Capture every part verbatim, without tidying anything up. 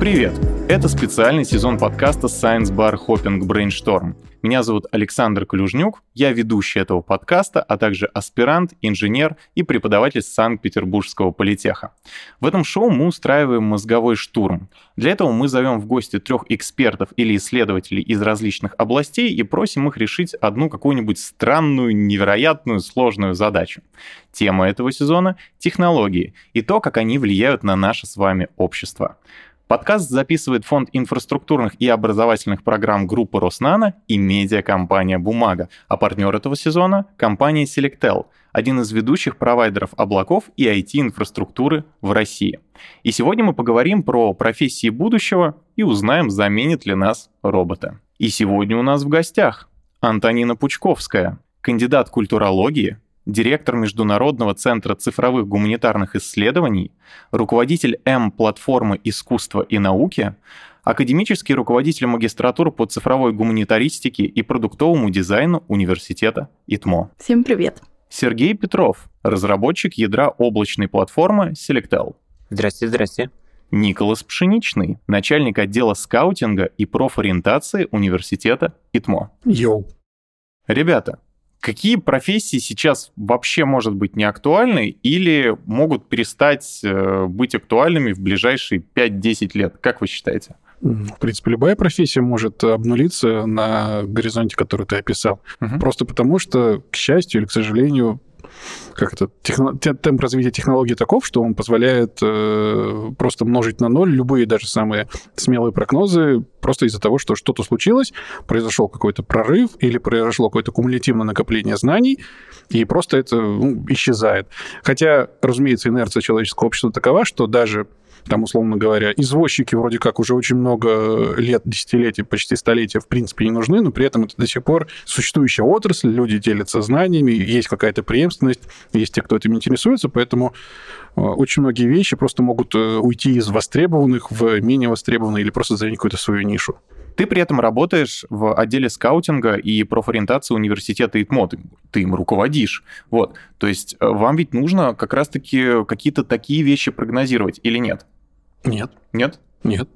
Привет! Это специальный сезон подкаста Science Bar Hopping Brainstorm. Меня зовут Александр Клюжнюк, я ведущий этого подкаста, а также аспирант, инженер и преподаватель Санкт-Петербургского политеха. В этом шоу мы устраиваем мозговой штурм. Для этого мы зовем в гости трех экспертов или исследователей из различных областей и просим их решить одну какую-нибудь странную, невероятную, сложную задачу. Тема этого сезона — технологии и то, как они влияют на наше с вами общество. Подкаст записывает Фонд инфраструктурных и образовательных программ группы Роснано и медиакомпания «Бумага», а партнер этого сезона — компания Selectel, один из ведущих провайдеров облаков и ай ти-инфраструктуры в России. И сегодня мы поговорим про профессии будущего и узнаем, заменит ли нас роботы. И сегодня у нас в гостях Антонина Пучковская, кандидат культурологии, директор Международного центра цифровых гуманитарных исследований, руководитель М-платформы искусства и науки, академический руководитель магистратуры по цифровой гуманитаристике и продуктовому дизайну университета ИТМО. Всем привет. Сергей Петров, разработчик ядра облачной платформы Selectel. Здрасте, здрасте. Николас Пшеничный, начальник отдела скаутинга и профориентации университета ИТМО. Йоу. Ребята, какие профессии сейчас вообще, может быть, не актуальны или могут перестать э, быть актуальными в ближайшие пять-десять лет? Как вы считаете? В принципе, любая профессия может обнулиться на горизонте, который ты описал. Угу. Просто потому, что, к счастью или к сожалению, как это, техно... темп развития технологий таков, что он позволяет э, просто множить на ноль любые даже самые смелые прогнозы просто из-за того, что что-то случилось, произошел какой-то прорыв или произошло какое-то кумулятивное накопление знаний, и просто это ну, исчезает. Хотя, разумеется, инерция человеческого общества такова, что даже там, условно говоря, извозчики вроде как уже очень много лет, десятилетий, почти столетия, в принципе, не нужны, но при этом это до сих пор существующая отрасль, люди делятся знаниями, есть какая-то преемственность, есть те, кто этим интересуется, поэтому очень многие вещи просто могут уйти из востребованных в менее востребованные или просто занять какую-то свою нишу. Ты при этом работаешь в отделе скаутинга и профориентации университета ИТМО. Ты, ты им руководишь. Вот. То есть вам ведь нужно как раз-таки какие-то такие вещи прогнозировать или нет? Нет. Нет? Нет.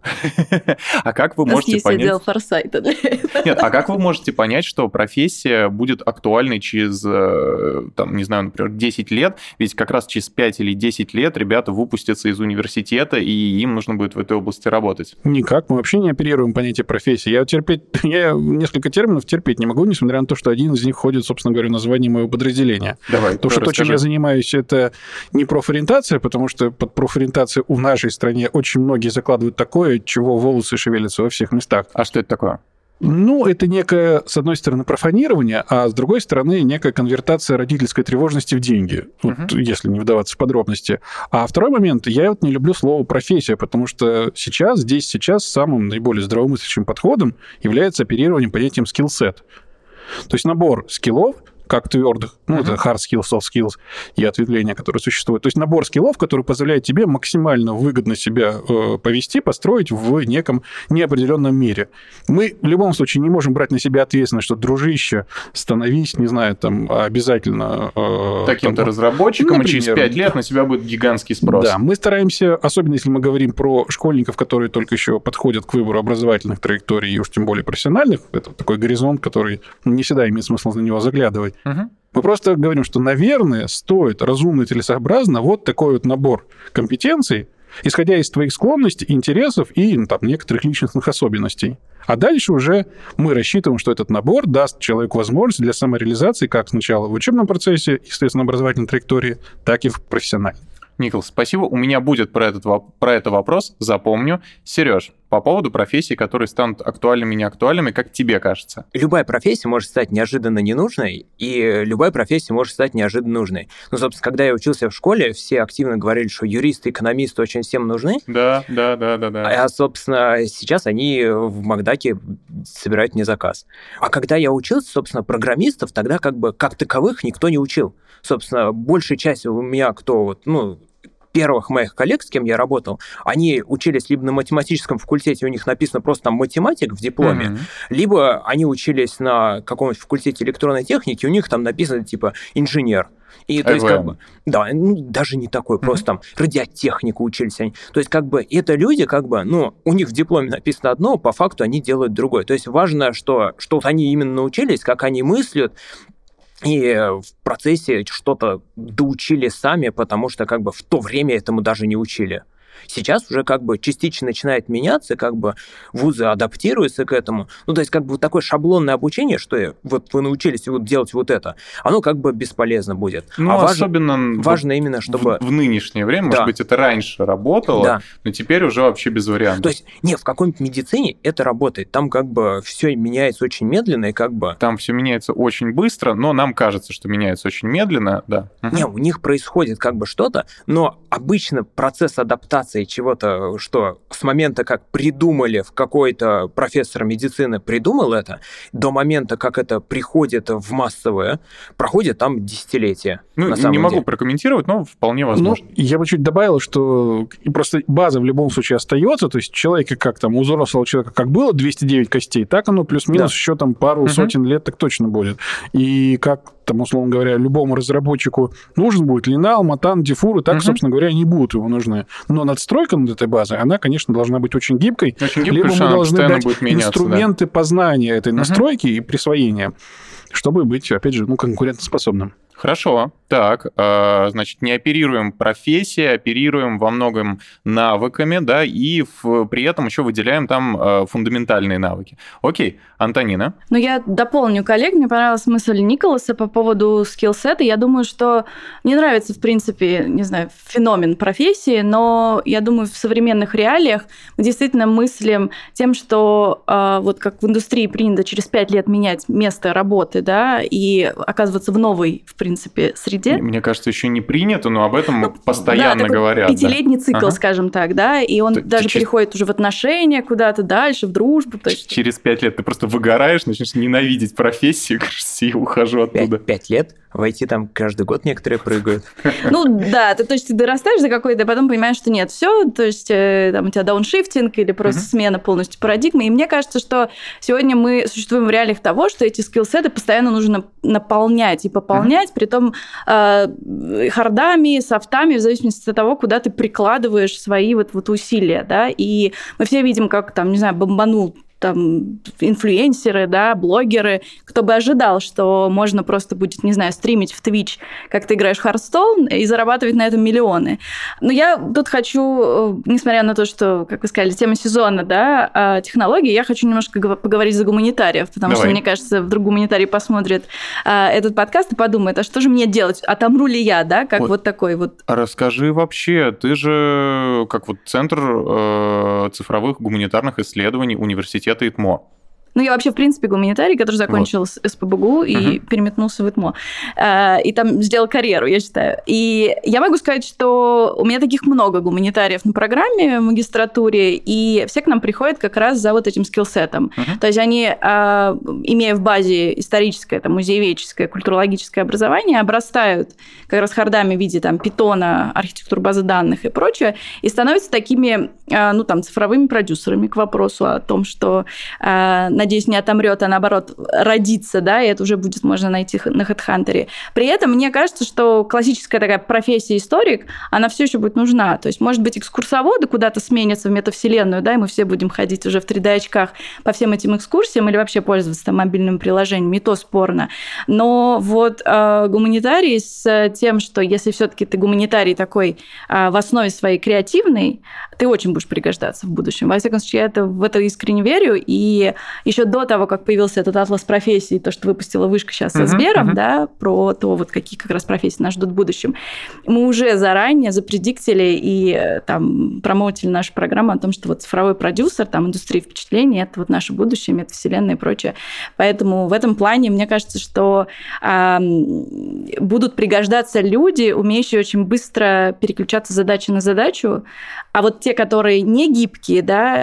А как вы можете можете есть понять... отдел форсайта для этого. Нет, а как вы можете понять, что профессия будет актуальной через, там, не знаю, например, десять лет? Ведь как раз через пять или десять лет ребята выпустятся из университета, и им нужно будет в этой области работать. Никак. Мы вообще не оперируем понятие профессии. Я терпеть... Я несколько терминов терпеть не могу, несмотря на то, что один из них входит, собственно говоря, в название моего подразделения. Давай, то, что то, чем я занимаюсь, это не профориентация, потому что под профориентацией в нашей стране очень многие закладывают такое, чего волосы шевелятся во всех местах. А что это такое? Ну, это некое, с одной стороны, профанирование, а с другой стороны, некая конвертация родительской тревожности в деньги, uh-huh. вот, если не вдаваться в подробности. А второй момент, я вот не люблю слово «профессия», потому что сейчас, здесь, сейчас самым наиболее здравомыслящим подходом является оперирование понятием «скиллсет». То есть набор скиллов, как твердых, ну, uh-huh. это hard skills, soft skills и ответвления, которые существуют. То есть набор скиллов, который позволяет тебе максимально выгодно себя э, повести, построить в неком неопределенном мире. Мы в любом случае не можем брать на себя ответственность, что, дружище, становись, не знаю, там, обязательно... Э, Таким-то там, разработчиком, и через пять лет на себя будет гигантский спрос. Да, мы стараемся, особенно если мы говорим про школьников, которые только еще подходят к выбору образовательных траекторий, и уж тем более профессиональных, это такой горизонт, который не всегда имеет смысл на него заглядывать. Угу. Мы просто говорим, что, наверное, стоит разумно и целесообразно вот такой вот набор компетенций, исходя из твоих склонностей, интересов и ну, там, некоторых личностных особенностей. А дальше уже мы рассчитываем, что этот набор даст человеку возможность для самореализации как сначала в учебном процессе, естественно, образовательной траектории, так и в профессиональной. Николас, спасибо. У меня будет про, этот, про это вопрос, запомню. Сереж, по поводу профессий, которые станут актуальными и неактуальными, как тебе кажется? Любая профессия может стать неожиданно ненужной, и любая профессия может стать неожиданно нужной. Ну, собственно, когда я учился в школе, все активно говорили, что юристы, экономисты очень всем нужны. Да, да, да, да, да. А, собственно, сейчас они в Макдаке собирают мне заказ. А когда я учился, собственно, программистов тогда как бы как таковых никто не учил. Собственно, большая часть у меня кто вот, ну, первых моих коллег, с кем я работал, они учились либо на математическом факультете, у них написано просто там математик в дипломе, mm-hmm. либо они учились на каком-нибудь факультете электронной техники, у них там написано типа инженер. И, то есть, как бы, да, ну, даже не такой, просто там радиотехнику учились они. То есть, как бы, это люди, как бы, ну, у них в дипломе написано одно, по факту они делают другое. То есть, важно, что, что вот они именно научились, как они мыслят, и в процессе что-то доучили сами, потому что, как бы, в то время этому даже не учили. Сейчас уже как бы частично начинает меняться, как бы вузы адаптируются к этому. Ну, то есть как бы вот такое шаблонное обучение, что вот вы научились вот делать вот это, оно как бы бесполезно будет. Ну, а особенно важно, важно именно, чтобы... В, в нынешнее время, да. может быть, это раньше работало, да. но теперь уже вообще без вариантов. То есть, не, в какой-нибудь медицине это работает. Там как бы все меняется очень медленно и как бы... Там все меняется очень быстро, но нам кажется, что меняется очень медленно, да. Не, у них происходит как бы что-то, но обычно процесс адаптации чего-то, что с момента, как придумали, в какой-то профессор медицины придумал это, до момента, как это приходит в массовое, проходит там десятилетия. Ну, не могу прокомментировать, но вполне возможно. Ну, я бы чуть добавил, что просто база в любом случае остается, то есть человека, как там, у взрослого человека как было двести девять костей, так оно плюс-минус да. еще там пару угу. сотен лет так точно будет. И как там, условно говоря, любому разработчику нужен будет линал, матан, дифур, и так, угу. собственно говоря, не будут его нужны. Но надстройка над этой базой, она, конечно, должна быть очень гибкой. Очень гибкой, либо мы должны дать меняться, инструменты да. познания этой настройки угу. и присвоения, чтобы быть, опять же, ну, конкурентоспособным. Хорошо. Так, значит, не оперируем профессией, оперируем во многом навыками, да, и в, при этом еще выделяем там фундаментальные навыки. Окей, Антонина? Ну, я дополню коллег. Мне понравилась мысль Николаса по поводу скиллсета. Я думаю, что мне нравится, в принципе, не знаю, феномен профессии, но я думаю, в современных реалиях мы действительно мыслим тем, что вот как в индустрии принято через пять лет менять место работы, да, и оказываться в новой, в принципе, среде. Мне кажется, еще не принято, но об этом ну, постоянно да, говорят. Пятилетний да. цикл, ага. скажем так, да, и он ты, даже ты переходит через... уже в отношения куда-то дальше, в дружбу. То есть... Через пять лет ты просто выгораешь, начнешь ненавидеть профессию, кажется, и ухожу оттуда. Пять, пять лет? Войти там каждый год некоторые прыгают. Ну да, ты, то есть ты дорастаешь за какой-то, а потом понимаешь, что нет, все, то есть там у тебя дауншифтинг или просто uh-huh. смена полностью парадигмы. И мне кажется, что сегодня мы существуем в реалиях того, что эти скиллсеты постоянно нужно наполнять и пополнять, uh-huh. притом э, хардами, софтами, в зависимости от того, куда ты прикладываешь свои вот, вот усилия, да, и мы все видим, как там, не знаю, бомбанул там инфлюенсеры, да, блогеры, кто бы ожидал, что можно просто будет, не знаю, стримить в Twitch, как ты играешь в Hearthstone, и зарабатывать на этом миллионы. Но я тут хочу, несмотря на то, что, как вы сказали, тема сезона, да, технологии, я хочу немножко поговорить за гуманитариев, потому Давай. Что, мне кажется, вдруг гуманитарий посмотрит этот подкаст и подумает, а что же мне делать, отомру ли я, да, как вот, вот такой вот. А расскажи вообще, ты же как вот Центр э, цифровых гуманитарных исследований университета ИТМО. Ну, я вообще, в принципе, гуманитарий, который закончил вот. С СПбГУ и uh-huh. переметнулся в ИТМО. И там сделал карьеру, я считаю. И я могу сказать, что у меня таких много гуманитариев на программе в магистратуре, и все к нам приходят как раз за вот этим скиллсетом. Uh-huh. То есть они, имея в базе историческое, там, музееведческое, культурологическое образование, обрастают как раз хардами в виде там, питона, архитектуры базы данных и прочее, и становятся такими, ну, там, цифровыми продюсерами к вопросу о том, что надеюсь, не отомрет, а наоборот родится, да, и это уже будет можно найти на HeadHunter. При этом мне кажется, что классическая такая профессия историк, она все еще будет нужна. То есть, может быть, экскурсоводы куда-то сменятся в метавселенную, да, и мы все будем ходить уже в три дэ-очках по всем этим экскурсиям или вообще пользоваться там мобильным приложением, и то спорно. Но вот э, гуманитарий с тем, что если все-таки ты гуманитарий такой э, в основе своей креативный, ты очень будешь пригождаться в будущем. Во всяком случае, я это, в это искренне верю, и еще до того, как появился этот атлас профессий, то, что выпустила Вышка сейчас со Сбером, uh-huh. да, про то, вот какие как раз профессии нас ждут в будущем, мы уже заранее запредиктили и там промоутили нашу программу о том, что вот цифровой продюсер, там, индустрия впечатлений, это вот наше будущее, метавселенная и прочее. Поэтому в этом плане, мне кажется, что э, будут пригождаться люди, умеющие очень быстро переключаться с задачи на задачу, а вот те, которые не гибкие,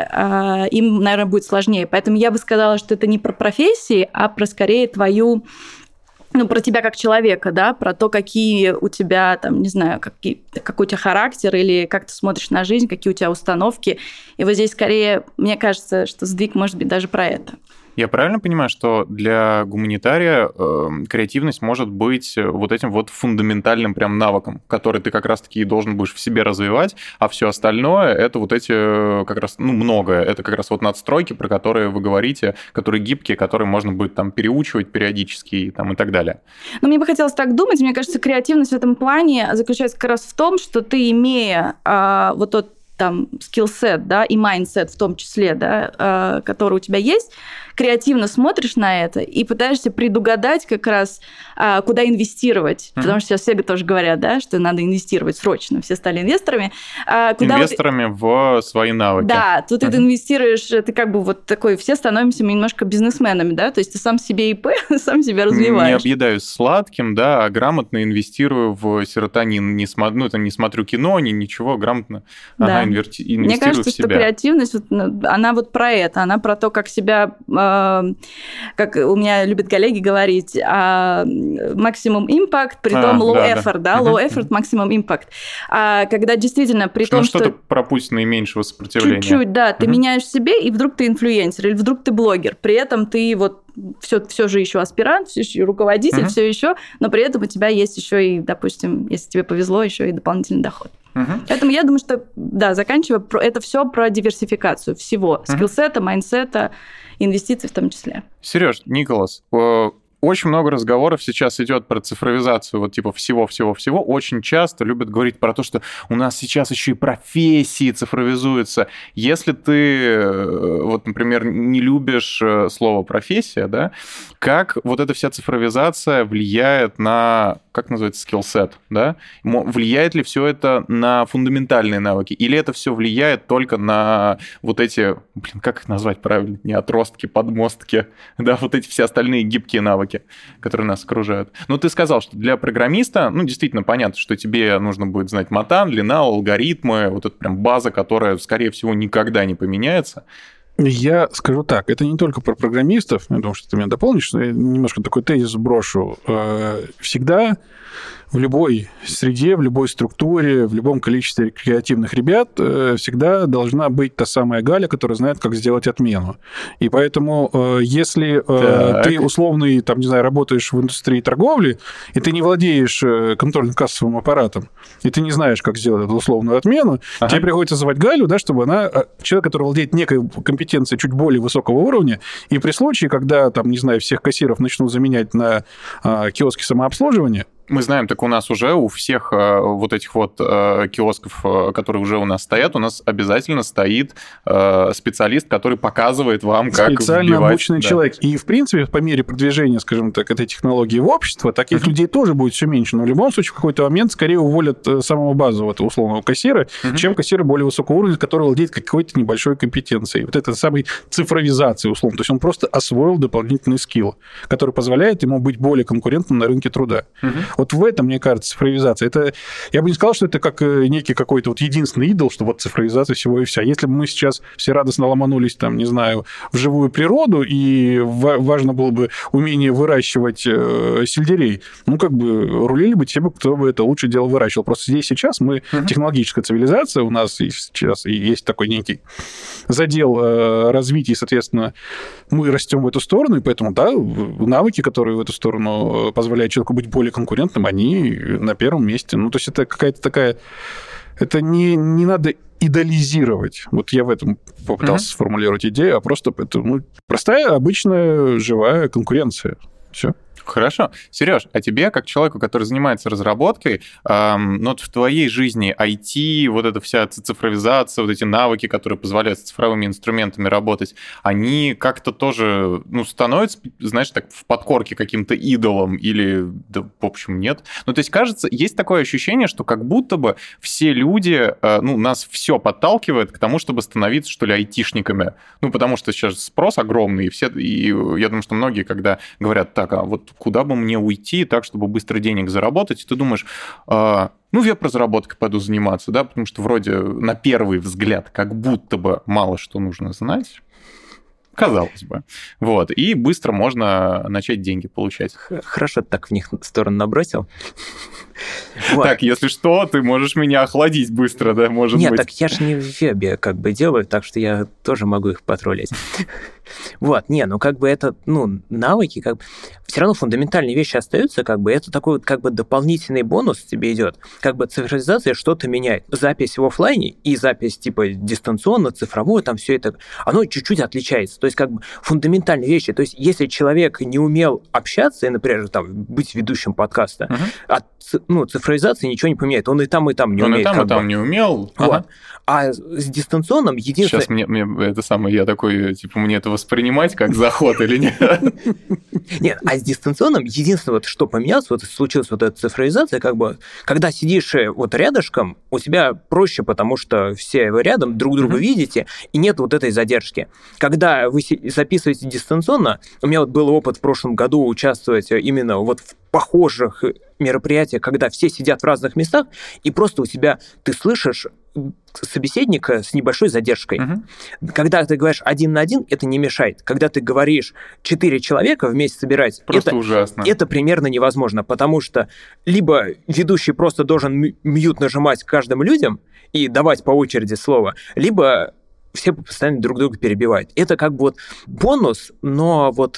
да, э, им, наверное, будет сложнее. Поэтому я бы сказала, что это не про профессии, а про скорее твою, ну, про тебя как человека, да, про то, какие у тебя, там, не знаю, какие, какой у тебя характер или как ты смотришь на жизнь, какие у тебя установки. И вот здесь скорее, мне кажется, что сдвиг может быть даже про это. Я правильно понимаю, что для гуманитария э, креативность может быть вот этим вот фундаментальным прям навыком, который ты как раз-таки должен будешь в себе развивать, а все остальное — это вот эти как раз, ну, многое, это как раз вот надстройки, про которые вы говорите, которые гибкие, которые можно будет там переучивать периодически там, и так далее. Ну, мне бы хотелось так думать. Мне кажется, креативность в этом плане заключается как раз в том, что ты, имея а, вот тот там скиллсет, да, и майндсет в том числе, да, а, который у тебя есть, креативно смотришь на это и пытаешься предугадать как раз, а, куда инвестировать. Mm-hmm. Потому что сейчас все тоже говорят, да, что надо инвестировать срочно. Все стали инвесторами. А, куда инвесторами вот... в свои навыки. Да, тут mm-hmm. ты инвестируешь, ты как бы вот такой, все становимся немножко бизнесменами, да, то есть ты сам себе ИП, сам себя развиваешь. Не объедаюсь сладким, да, а грамотно инвестирую в серотонин. Не, смо... ну, там, не смотрю кино, ни ничего, грамотно да. ага, инверти... инвестирую Мне кажется, в себя. что креативность, она вот про это, она про то, как себя... как у меня любят коллеги говорить, максимум импакт, при том low да, effort, да, да, low effort, максимум импакт. А когда действительно при том, что... что-то пропущено и меньшего сопротивления. Чуть-чуть, да, ты меняешь себе, и вдруг ты инфлюенсер, или вдруг ты блогер, при этом ты вот все, все же еще аспирант, все еще руководитель, uh-huh. все еще, но при этом у тебя есть еще и, допустим, если тебе повезло, еще и дополнительный доход. Uh-huh. Поэтому я думаю, что, да, заканчивая, это все про диверсификацию всего, uh-huh. скиллсета, майндсета, инвестиций в том числе. Сереж, Николас, очень много разговоров сейчас идет про цифровизацию вот типа всего-всего-всего. Очень часто любят говорить про то, что у нас сейчас еще и профессии цифровизуются. Если ты, вот, например, не любишь слово «профессия», да, как вот эта вся цифровизация влияет на, как называется, скиллсет, да? Влияет ли все это на фундаментальные навыки? Или это все влияет только на вот эти, блин, как их назвать правильно? Не отростки, подмостки, да, вот эти все остальные гибкие навыки, которые нас окружают. Ну, ты сказал, что для программиста, ну, действительно понятно, что тебе нужно будет знать матан, длина, алгоритмы, вот это прям база, которая, скорее всего, никогда не поменяется. Я скажу так, это не только про программистов, я думаю, что ты меня дополнишь, но я немножко такой тезис сброшу. Всегда в любой среде, в любой структуре, в любом количестве креативных ребят всегда должна быть та самая Галя, которая знает, как сделать отмену. И поэтому, если так. ты условный, там, не знаю, работаешь в индустрии торговли, и ты не владеешь контрольно-кассовым аппаратом, и ты не знаешь, как сделать эту условную отмену, ага. тебе приходится звать Галю, да, чтобы она, человек, который владеет некой компетенцией чуть более высокого уровня, и при случае, когда, там, не знаю, всех кассиров начнут заменять на а, киоски самообслуживания, мы знаем, так у нас уже у всех э, вот этих вот э, киосков, э, которые уже у нас стоят, у нас обязательно стоит э, специалист, который показывает вам, как специально вбивать. обученный да. человек. И, в принципе, по мере продвижения, скажем так, этой технологии в общество, таких uh-huh. людей тоже будет все меньше. Но в любом случае, в какой-то момент скорее уволят самого базового, этого условного кассира, uh-huh. чем кассира более высокого уровня, который владеет какой-то небольшой компетенцией. Вот это самой цифровизации, условно. То есть он просто освоил дополнительный скилл, который позволяет ему быть более конкурентным на рынке труда. Uh-huh. Вот в этом, мне кажется, цифровизация. Это, я бы не сказал, что это как некий какой-то вот единственный идол, что вот цифровизация всего и вся. Если бы мы сейчас все радостно ломанулись, там, не знаю, в живую природу, и важно было бы умение выращивать э, сельдерей, ну, как бы рулили бы те, кто бы это лучше дело выращивал. Просто здесь сейчас мы, uh-huh. технологическая цивилизация, у нас сейчас есть такой некий задел э, развития, и, соответственно, мы растем в эту сторону, и поэтому, да, навыки, которые в эту сторону позволяют человеку быть более конкурентным, они на первом месте. Ну, то есть это какая-то такая... Это не, не надо идеализировать. Вот я в этом попытался mm-hmm. сформулировать идею, а просто это ну, простая, обычная, живая конкуренция. Все. Хорошо. Сереж, а тебе, как человеку, который занимается разработкой, эм, ну, вот в твоей жизни ай ти, вот эта вся цифровизация, вот эти навыки, которые позволяют с цифровыми инструментами работать, они как-то тоже, ну, становятся, знаешь, так в подкорке каким-то идолом или, да, в общем, нет? Ну, то есть, кажется, есть такое ощущение, что как будто бы все люди, э, ну, нас все подталкивает к тому, чтобы становиться, что ли, айтишниками. Ну, потому что сейчас спрос огромный, и все, и я думаю, что многие, когда говорят, так, а вот куда бы мне уйти так, чтобы быстро денег заработать, и ты думаешь, э, ну, веб-разработкой пойду заниматься, да, потому что вроде на первый взгляд как будто бы мало что нужно знать, казалось бы. Вот, и быстро можно начать деньги получать. Хорошо ты так в них сторону набросил. Так, если что, ты можешь меня охладить быстро, да, может быть. Нет, так я же не в вебе как бы делаю, так что я тоже могу их потроллить. Вот, не, ну как бы это, ну, навыки, как бы, все равно фундаментальные вещи остаются, как бы, это такой вот как бы дополнительный бонус тебе идет, как бы цифровизация что-то меняет. Запись в офлайне и запись типа дистанционно, цифровое, там все это, оно чуть-чуть отличается, то есть как бы фундаментальные вещи, то есть если человек не умел общаться, и, например, там, быть ведущим подкаста, uh-huh. от ну, цифровизации ничего не поменяет, он и там, и там не он умеет. Он и там, и бы. там не умел. Вот. Ага. А с дистанционным единственное... Сейчас мне, мне это самое, я такой, типа, мне это воспринимать как заход или нет? Нет, а с дистанционным единственное, вот, что поменялось, вот случилась вот эта цифровизация, как бы, когда сидишь вот рядышком, у тебя проще, потому что все вы рядом, друг друга mm-hmm. видите, и нет вот этой задержки. Когда вы записываете дистанционно, у меня вот был опыт в прошлом году участвовать именно вот в похожих мероприятиях, когда все сидят в разных местах, и просто у тебя ты слышишь собеседника с небольшой задержкой. Uh-huh. Когда ты говоришь один на один, это не мешает. Когда ты говоришь четыре человека вместе собирать, просто это, ужасно. Это примерно невозможно, потому что либо ведущий просто должен мьют нажимать каждым людям и давать по очереди слово, либо все постоянно друг друга перебивают. Это как бы вот бонус, но вот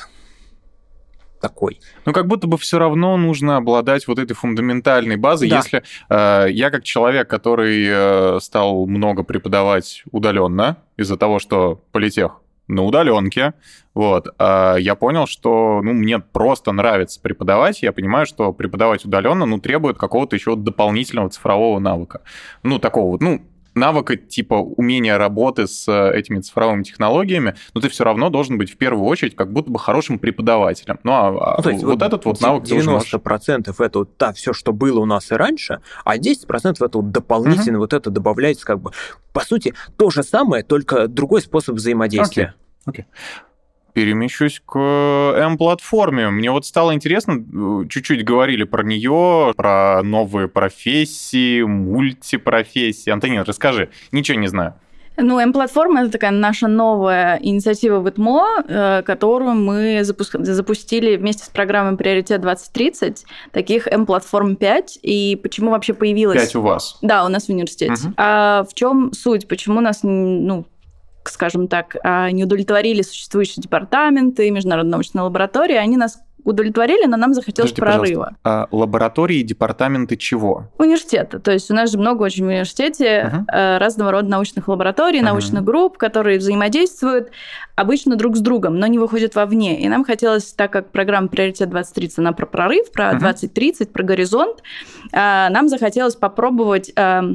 такой. Ну, как будто бы все равно нужно обладать вот этой фундаментальной базой. Да. Если э, я как человек, который э, стал много преподавать удаленно из-за того, что политех на удаленке, вот, э, я понял, что ну, мне просто нравится преподавать. Я понимаю, что преподавать удаленно ну, требует какого-то еще дополнительного цифрового навыка. Ну, такого вот, ну, навыка типа умения работы с этими цифровыми технологиями, но ты все равно должен быть в первую очередь как будто бы хорошим преподавателем. Ну, а ну, вот, вот этот вот навык девяносто процентов это вот да, все, что было у нас и раньше, а десять процентов это вот дополнительно uh-huh. вот это добавляется как бы, по сути, то же самое, только другой способ взаимодействия. Окей. Okay. Okay. Перемещусь к М-платформе. Мне вот стало интересно, чуть-чуть говорили про нее, про новые профессии, мультипрофессии. Антонин, расскажи, ничего не знаю. Ну, М-платформа – это такая наша новая инициатива в ИТМО, которую мы запустили вместе с программой «Приоритет двадцать тридцать», таких М-платформ пять. И почему вообще появилась... Пять у вас? Да, у нас в университете. Угу. А в чем суть? Почему нас, ну, скажем так, не удовлетворили существующие департаменты, международные научные лаборатории, они нас удовлетворили, но нам захотелось Подожди, прорыва. А лаборатории и департаменты чего? Университета. То есть у нас же много очень в университете uh-huh. разного рода научных лабораторий, uh-huh. научных групп, которые взаимодействуют обычно друг с другом, но не выходят вовне. И нам хотелось, так как программа «Приоритет двадцать тридцать», она про прорыв, про uh-huh. двадцать тридцать, про горизонт, нам захотелось попробовать...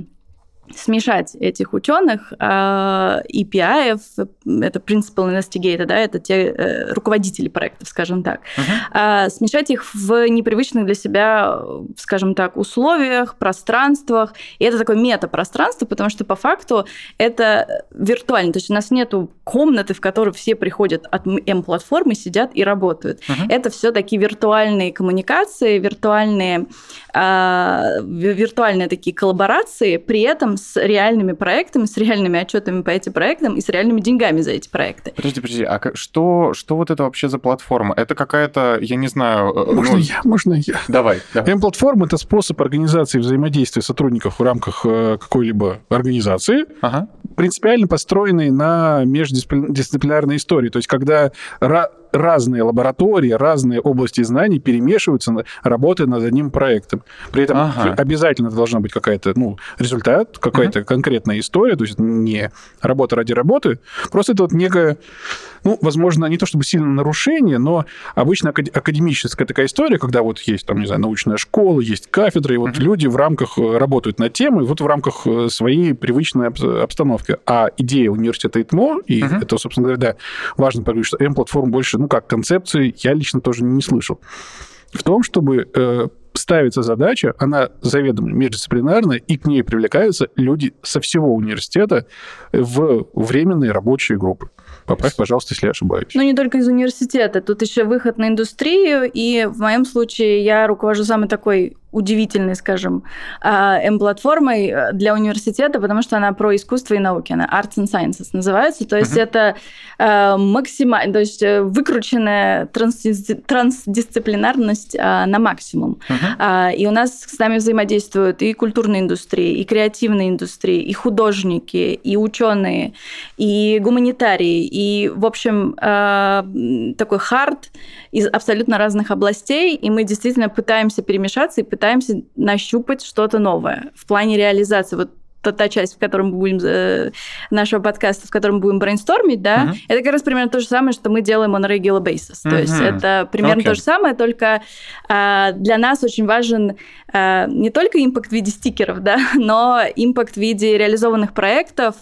смешать этих ученых, и пи ай, это Principal Investigator, да, это те руководители проектов, скажем так, uh-huh. смешать их в непривычных для себя, скажем так, условиях, пространствах. И это такое мета-пространство, потому что по факту это виртуально. То есть у нас нету комнаты, в которой все приходят от М-платформы, сидят и работают. Uh-huh. Это все такие виртуальные коммуникации, виртуальные, виртуальные такие коллаборации, при этом с реальными проектами, с реальными отчетами по этим проектам и с реальными деньгами за эти проекты. Подожди, подожди, а что, что вот это вообще за платформа? Это какая-то, я не знаю... Можно ну... я? Можно я? Давай. давай. М-платформа – это способ организации взаимодействия сотрудников в рамках какой-либо организации, ага. принципиально построенный на междисциплинарной истории. То есть когда... разные лаборатории, разные области знаний перемешиваются, работая над одним проектом. При этом ага. обязательно должна быть какая-то, ну, результат, какая-то ага. конкретная история, то есть не работа ради работы, просто это вот некое, ну, возможно, не то чтобы сильное нарушение, но обычно академическая такая история, когда вот есть, там, не знаю, научная школа, есть кафедра, и вот ага. люди в рамках работают над темой, вот в рамках своей привычной обстановки. А идея университета ИТМО, и ага. это, собственно говоря, да, важно поговорить, что М-платформа больше, ну, как концепции, я лично тоже не слышал. В том, чтобы э, ставится задача, она заведомо междисциплинарная, и к ней привлекаются люди со всего университета в временные рабочие группы. Поправь, пожалуйста, если я ошибаюсь. Ну, не только из университета. Тут еще выход на индустрию, и в моем случае я руковожу самой такой удивительной, скажем, эм-платформой для университета, потому что она про искусство и науки, она Arts and Sciences называется, то есть uh-huh. это максимально, то есть выкрученная трансдис- трансдисциплинарность на максимум. Uh-huh. И у нас с нами взаимодействуют и культурные индустрии, и креативные индустрии, и художники, и ученые, и гуманитарии, и, в общем, такой хард из абсолютно разных областей, и мы действительно пытаемся перемешаться и пытаемся пытаемся нащупать что-то новое в плане реализации. Вот та, та часть, в которой мы будем э, нашего подкаста, в котором мы будем брейнстормить, да, uh-huh. это как раз примерно то же самое, что мы делаем on a regular basis. Uh-huh. То есть это примерно okay. то же самое, только э, для нас очень важен э, не только импакт в виде стикеров, да, но импакт в виде реализованных проектов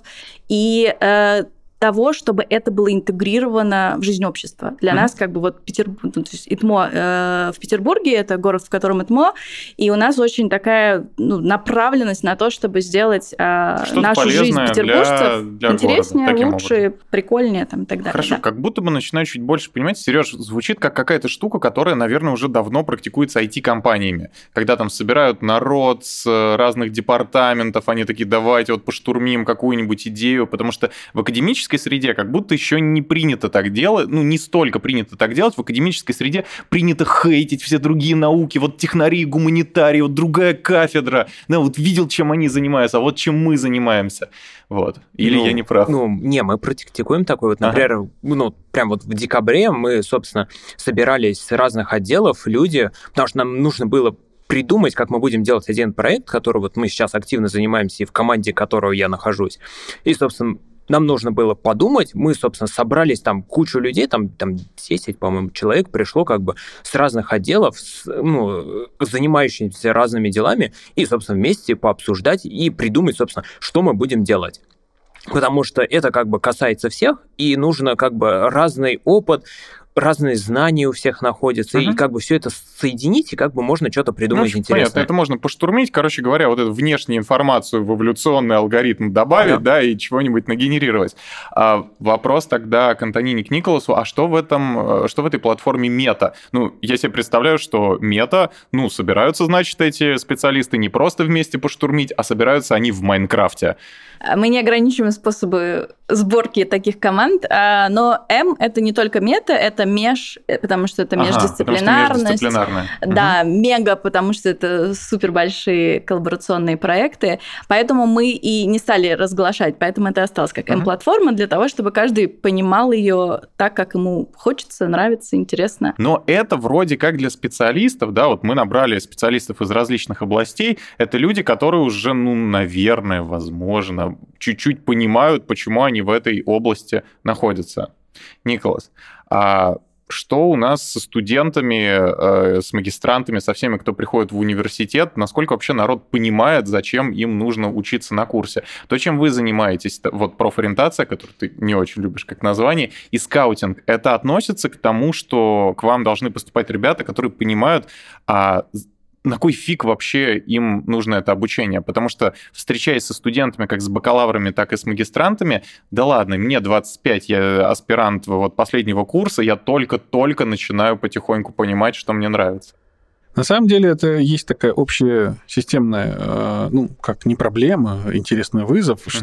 и э, того, чтобы это было интегрировано в жизнь общества. Для mm-hmm. нас как бы вот Петербург, то есть ИТМО э, в Петербурге, это город, в котором ИТМО, и у нас очень такая ну, направленность на то, чтобы сделать э, нашу жизнь петербуржцев для, для интереснее, города, лучше, образом. Прикольнее там, и так далее. Хорошо, да. как будто бы начинаю чуть больше понимать. Серёж, звучит как какая-то штука, которая, наверное, уже давно практикуется ай ти-компаниями, когда там собирают народ с разных департаментов, они такие, давайте вот поштурмим какую-нибудь идею, потому что в академической среде как будто еще не принято так делать, ну, не столько принято так делать, в академической среде принято хейтить все другие науки, вот технари, гуманитарии, вот другая кафедра, да, вот видел, чем они занимаются, а вот чем мы занимаемся, вот. Или ну, я не прав? Ну, не, мы практикуем такое, вот, например, ага. ну, прям вот в декабре мы, собственно, собирались с разных отделов люди, потому что нам нужно было придумать, как мы будем делать один проект, который вот мы сейчас активно занимаемся и в команде которого я нахожусь. И, собственно, нам нужно было подумать, мы, собственно, собрались там кучу людей, там, там десять, по-моему, человек пришло как бы с разных отделов, с, ну, занимающихся разными делами, и, собственно, вместе пообсуждать и придумать, собственно, что мы будем делать. Потому что это как бы касается всех, и нужно как бы разный опыт, разные знания у всех находятся, uh-huh. и как бы все это соединить, и как бы можно что-то придумать ну, интересное. Понятно, это можно поштурмить, короче говоря, вот эту внешнюю информацию в эволюционный алгоритм добавить, uh-huh. да, и чего-нибудь нагенерировать. А вопрос тогда к Антонине, к Николасу, а что в этом, что в этой платформе мета? Ну, я себе представляю, что мета, ну, собираются, значит, эти специалисты не просто вместе поштурмить, а собираются они в Майнкрафте. Мы не ограничиваем способы сборки таких команд, но М — это не только мета, это меж, потому что это междисциплинарность. Ага, междисциплинарная. Да, угу. мега, потому что это супер большие коллаборационные проекты. Поэтому мы и не стали разглашать, поэтому это осталось как М-платформа для того, чтобы каждый понимал ее так, как ему хочется, нравится, интересно. Но это вроде как для специалистов, да, вот мы набрали специалистов из различных областей, это люди, которые уже, ну, наверное, возможно, чуть-чуть понимают, почему они в этой области находятся. Николас, а что у нас со студентами, с магистрантами, со всеми, кто приходит в университет, насколько вообще народ понимает, зачем им нужно учиться на курсе? То, чем вы занимаетесь, вот профориентация, которую ты не очень любишь как название, и скаутинг, это относится к тому, что к вам должны поступать ребята, которые понимают, а на кой фиг вообще им нужно это обучение? Потому что, встречаясь со студентами как с бакалаврами, так и с магистрантами, да ладно, мне двадцать пять, я аспирант вот последнего курса, я только-только начинаю потихоньку понимать, что мне нравится. На самом деле это есть такая общая системная, ну, как не проблема, интересный вызов, угу.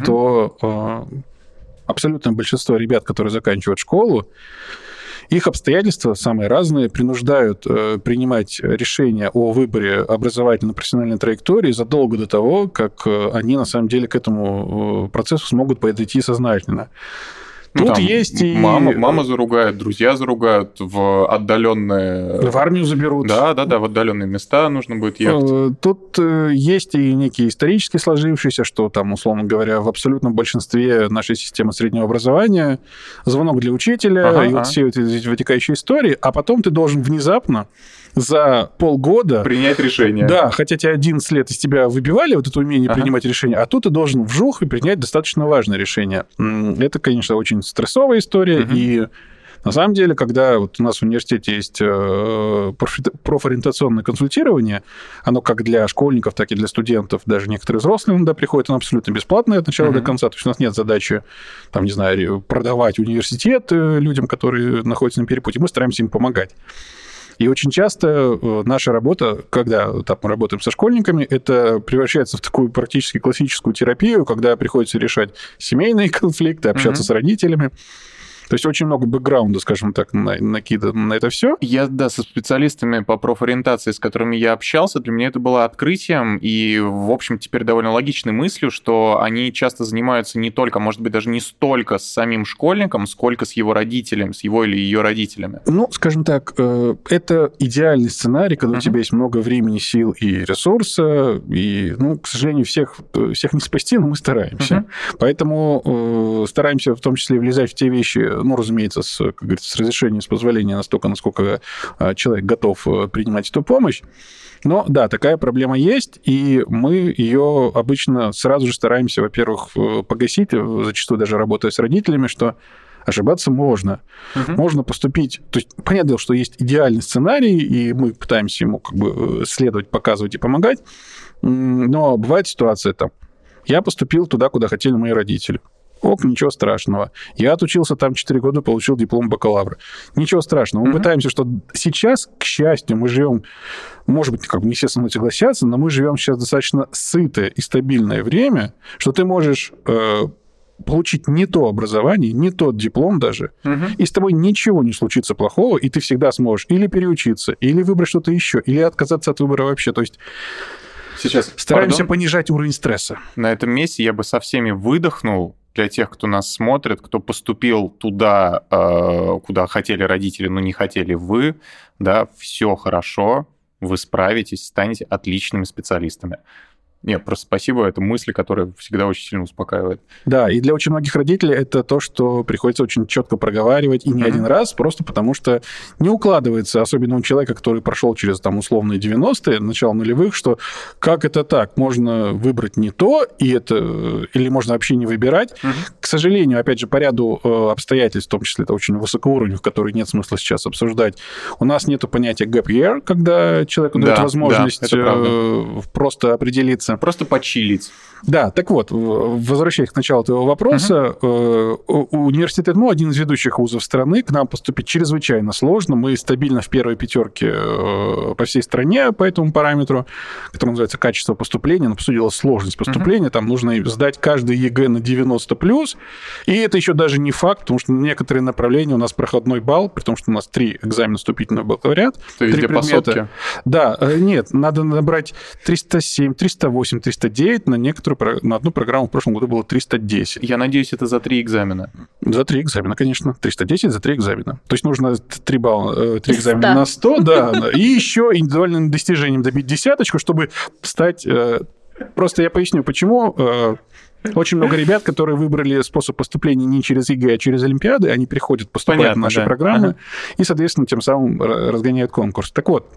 что абсолютное большинство ребят, которые заканчивают школу, их обстоятельства самые разные принуждают э, принимать решения о выборе образовательно-профессиональной траектории задолго до того, как э, они на самом деле к этому процессу смогут подойти сознательно. Тут там есть и... Мама, мама заругает, друзья заругают, в отдаленные... В армию заберут. Да, да, да, в отдаленные места нужно будет ехать. Тут есть и некие исторически сложившиеся, что там, условно говоря, в абсолютном большинстве нашей системы среднего образования звонок для учителя, ага, и вот ага. все эти вытекающие истории, а потом ты должен внезапно за полгода... Принять решение. Да, хотя тебе одиннадцать лет из тебя выбивали вот это умение ага. принимать решения, а тут ты должен вжух и принять достаточно важное решение. Это, конечно, очень стрессовая история, угу. и на самом деле, когда вот у нас в университете есть профориентационное консультирование, оно как для школьников, так и для студентов, даже некоторые взрослые иногда приходят, оно абсолютно бесплатное от начала mm-hmm. до конца, то есть у нас нет задачи, там, не знаю, продавать университет людям, которые находятся на перепутье, мы стараемся им помогать. И очень часто наша работа, когда так, мы работаем со школьниками, это превращается в такую практически классическую терапию, когда приходится решать семейные конфликты, общаться mm-hmm. с родителями. То есть очень много бэкграунда, скажем так, накидано на это все. Я, да, со специалистами по профориентации, с которыми я общался, для меня это было открытием и, в общем, теперь довольно логичной мыслью, что они часто занимаются не только, может быть, даже не столько с самим школьником, сколько с его родителем, с его или ее родителями. Ну, скажем так, это идеальный сценарий, когда uh-huh. у тебя есть много времени, сил и ресурса, и, ну, к сожалению, всех, всех не спасти, но мы стараемся. Uh-huh. Поэтому э, стараемся в том числе влезать в те вещи, ну, разумеется, с, как говорится, с разрешения, с позволения настолько, насколько человек готов принимать эту помощь. Но, да, такая проблема есть, и мы ее обычно сразу же стараемся, во-первых, погасить, зачастую даже работая с родителями, что ошибаться можно. Uh-huh. Можно поступить... То есть, понятное дело, что есть идеальный сценарий, и мы пытаемся ему как бы следовать, показывать и помогать, но бывает ситуация там. Я поступил туда, куда хотели мои родители. Ок, ничего страшного. Я отучился там четыре года, получил диплом бакалавра. Ничего страшного. Мы mm-hmm. пытаемся, что сейчас, к счастью, мы живем, может быть, как бы не все со мной согласятся, но мы живем сейчас достаточно сытое и стабильное время, что ты можешь э, получить не то образование, не тот диплом даже, mm-hmm. и с тобой ничего не случится плохого, и ты всегда сможешь или переучиться, или выбрать что-то еще, или отказаться от выбора вообще. То есть сейчас, стараемся пардон, понижать уровень стресса. На этом месте я бы со всеми выдохнул. Для тех, кто нас смотрит, кто поступил туда, куда хотели родители, но не хотели вы, да, все хорошо, вы справитесь, станете отличными специалистами. Нет, просто спасибо, это мысли, которые всегда очень сильно успокаивают. Да, и для очень многих родителей это то, что приходится очень четко проговаривать, и не mm-hmm. один раз, просто потому что не укладывается, особенно у человека, который прошел через там условные девяностые, начало нулевых, что как это так, можно выбрать не то, и это, или можно вообще не выбирать. Mm-hmm. К сожалению, опять же, по ряду обстоятельств, в том числе это очень высокоуровневых, которые нет смысла сейчас обсуждать, у нас нет понятия gap year, когда человеку да, дают возможность да, просто определиться. Просто почилить. Да, так вот, возвращаясь к началу твоего вопроса, uh-huh. университет МО один из ведущих вузов страны, к нам поступить чрезвычайно сложно. Мы стабильно в первой пятерке по всей стране по этому параметру, который называется качество поступления, но, по сути дела, сложность поступления. Uh-huh. Там нужно сдать каждый ЕГЭ на девяносто плюс, и это еще даже не факт, потому что некоторые направления у нас проходной балл, при том, что у нас три экзамена вступительного бакалавриат. То есть везде по сотке? Да, нет, надо набрать триста семь, триста восемь, триста девять, на некоторые на одну программу в прошлом году было триста десять. Я надеюсь, это за три экзамена. За три экзамена, конечно. триста десять за три экзамена. То есть нужно три балла, три экзамена на сто, да. И еще индивидуальным достижением добить десяточку, чтобы стать... Просто я поясню, почему... Очень много ребят, которые выбрали способ поступления не через ЕГЭ, а через Олимпиады, они приходят поступать Понятно, в наши да. программы ага. и, соответственно, тем самым разгоняют конкурс. Так вот,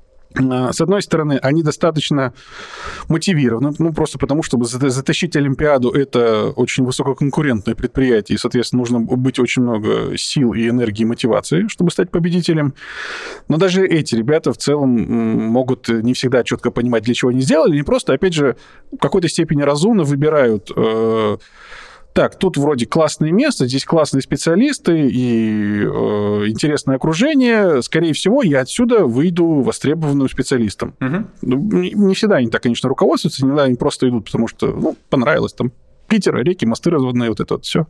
с одной стороны, они достаточно мотивированы, ну, просто потому, чтобы затащить Олимпиаду, это очень высококонкурентное предприятие, и, соответственно, нужно быть очень много сил и энергии, и мотивации, чтобы стать победителем. Но даже эти ребята в целом могут не всегда четко понимать, для чего они сделали, они просто, опять же, в какой-то степени разумно выбирают... Э- Так, тут вроде классное место, здесь классные специалисты и э, интересное окружение. Скорее всего, я отсюда выйду востребованным специалистом. Угу. Не, не всегда они так, конечно, руководствуются, иногда они просто идут, потому что, ну, понравилось. Там Питер, реки, мосты разводные, вот это вот все.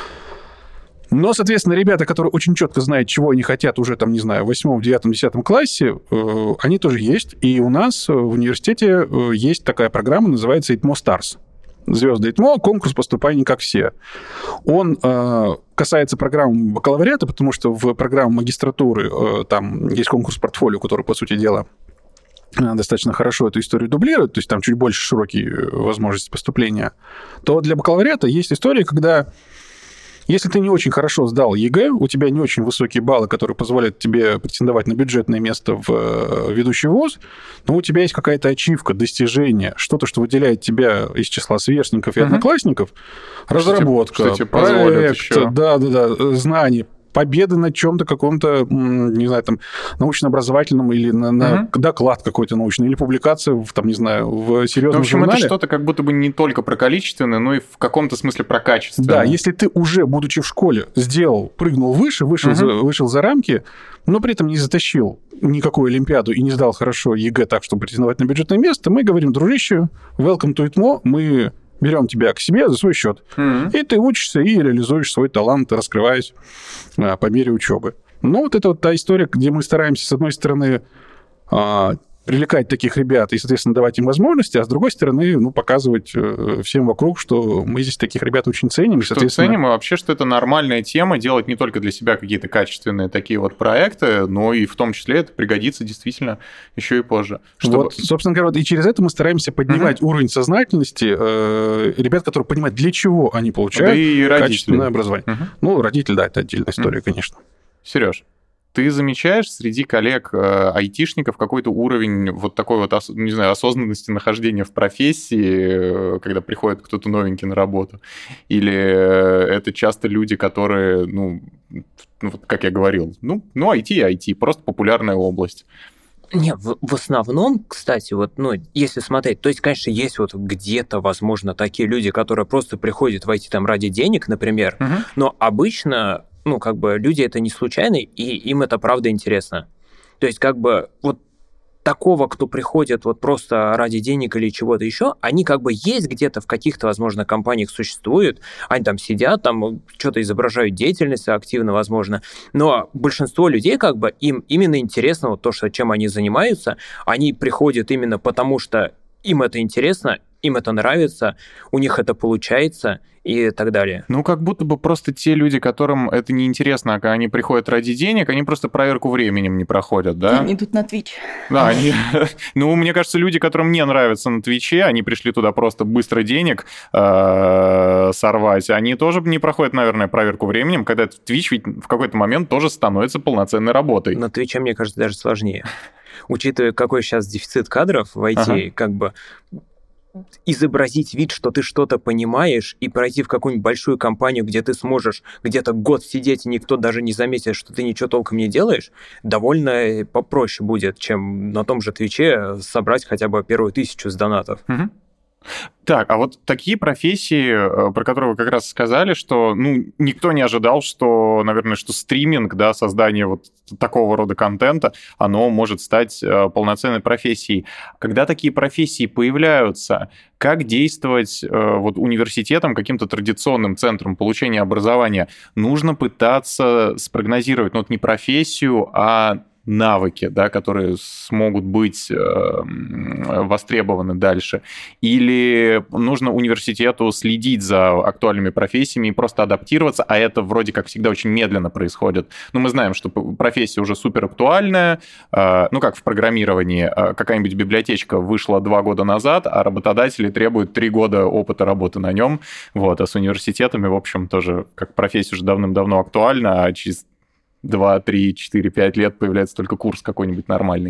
Но, соответственно, ребята, которые очень четко знают, чего они хотят уже, там, не знаю, в восьмом, девятом, десятом классе, э, они тоже есть. И у нас в университете э, есть такая программа, называется ИТМО Stars. Звезды ИТМО, конкурс поступаний как все. Он э, касается программы бакалавриата, потому что в программе магистратуры э, там есть конкурс портфолио, который, по сути дела, достаточно хорошо эту историю дублирует, то есть там чуть больше широкие возможности поступления. То для бакалавриата есть история, когда если ты не очень хорошо сдал ЕГЭ, у тебя не очень высокие баллы, которые позволяют тебе претендовать на бюджетное место в ведущий вуз, но у тебя есть какая-то ачивка, достижение, что-то, что выделяет тебя из числа сверстников и uh-huh. одноклассников, разработка, кстати, проект, да-да-да, знания, победы на чем-то каком-то, не знаю, там, научно-образовательном или на, на угу. доклад какой-то научный, или публикация, в, там, не знаю, в серьезном ну, в общем, журнале. Это что-то как будто бы не только про количественное, но и в каком-то смысле про качественное. Да, если ты уже, будучи в школе, сделал, прыгнул выше, вышел, угу. за, вышел за рамки, но при этом не затащил никакую олимпиаду и не сдал хорошо ЕГЭ так, чтобы претендовать на бюджетное место, мы говорим: дружище, welcome to ИТМО, мы берем тебя к себе за свой счет. Mm-hmm. И ты учишься и реализуешь свой талант, раскрываясь а, по мере учебы. Ну, вот это вот та история, где мы стараемся, с одной стороны, а, привлекать таких ребят и, соответственно, давать им возможности, а с другой стороны, ну, показывать всем вокруг, что мы здесь таких ребят очень ценим. Что соответственно... ценим, и вообще, что это нормальная тема, делать не только для себя какие-то качественные такие вот проекты, но и в том числе это пригодится действительно еще и позже. Чтобы... Вот, собственно говоря, вот и через это мы стараемся поднимать uh-huh. уровень сознательности э, ребят, которые понимают, для чего они получают да и качественное образование. Uh-huh. Ну, родители, да, это отдельная история, uh-huh. конечно. Сереж, ты замечаешь среди коллег э, айтишников какой-то уровень вот такой вот, ос, не знаю, осознанности нахождения в профессии, э, когда приходит кто-то новенький на работу? Или э, это часто люди, которые, ну, вот как я говорил, ну, ну ай ти и ай ти, просто популярная область? Не, в, в основном, кстати, вот, ну, если смотреть, то есть, конечно, есть вот где-то, возможно, такие люди, которые просто приходят в ай ти там ради денег, например, uh-huh. но обычно... ну, как бы люди это не случайные, и им это правда интересно. То есть, как бы, вот такого, кто приходит вот просто ради денег или чего-то еще, они как бы есть где-то в каких-то, возможно, компаниях существуют, они там сидят, там что-то изображают деятельность активно, возможно, но большинство людей, как бы, им именно интересно вот то, что, чем они занимаются, они приходят именно потому, что им это интересно, им это нравится, у них это получается и так далее. Ну, как будто бы просто те люди, которым это неинтересно, а они приходят ради денег, они просто проверку временем не проходят, да? Они идут на Twitch. Да, они... Ну, мне кажется, люди, которым не нравится на Твиче, они пришли туда просто быстро денег сорвать, они тоже не проходят, наверное, проверку временем, когда Twitch ведь в какой-то момент тоже становится полноценной работой. На Твиче, мне кажется, даже сложнее. Учитывая, какой сейчас дефицит кадров в ай ти, ага. как бы изобразить вид, что ты что-то понимаешь, и пройти в какую-нибудь большую компанию, где ты сможешь где-то год сидеть, и никто даже не заметит, что ты ничего толком не делаешь, довольно попроще будет, чем на том же Твиче собрать хотя бы первую тысячу с донатов. Угу. Так, а вот такие профессии, про которые вы как раз сказали, что, ну, никто не ожидал, что, наверное, что стриминг, да, создание вот такого рода контента, оно может стать полноценной профессией. Когда такие профессии появляются, как действовать вот университетам, каким-то традиционным центрам получения образования? Нужно пытаться спрогнозировать, ну, вот не профессию, а навыки, да, которые смогут быть э, востребованы дальше? Или нужно университету следить за актуальными профессиями и просто адаптироваться, а это вроде как всегда очень медленно происходит? Ну, мы знаем, что профессия уже супер актуальная, э, ну, как в программировании, э, какая-нибудь библиотечка вышла два года назад, а работодатели требуют три года опыта работы на нем, вот, а с университетами, в общем, тоже как профессия уже давным-давно актуальна, а через два, три, четыре, пять лет появляется только курс какой-нибудь нормальный.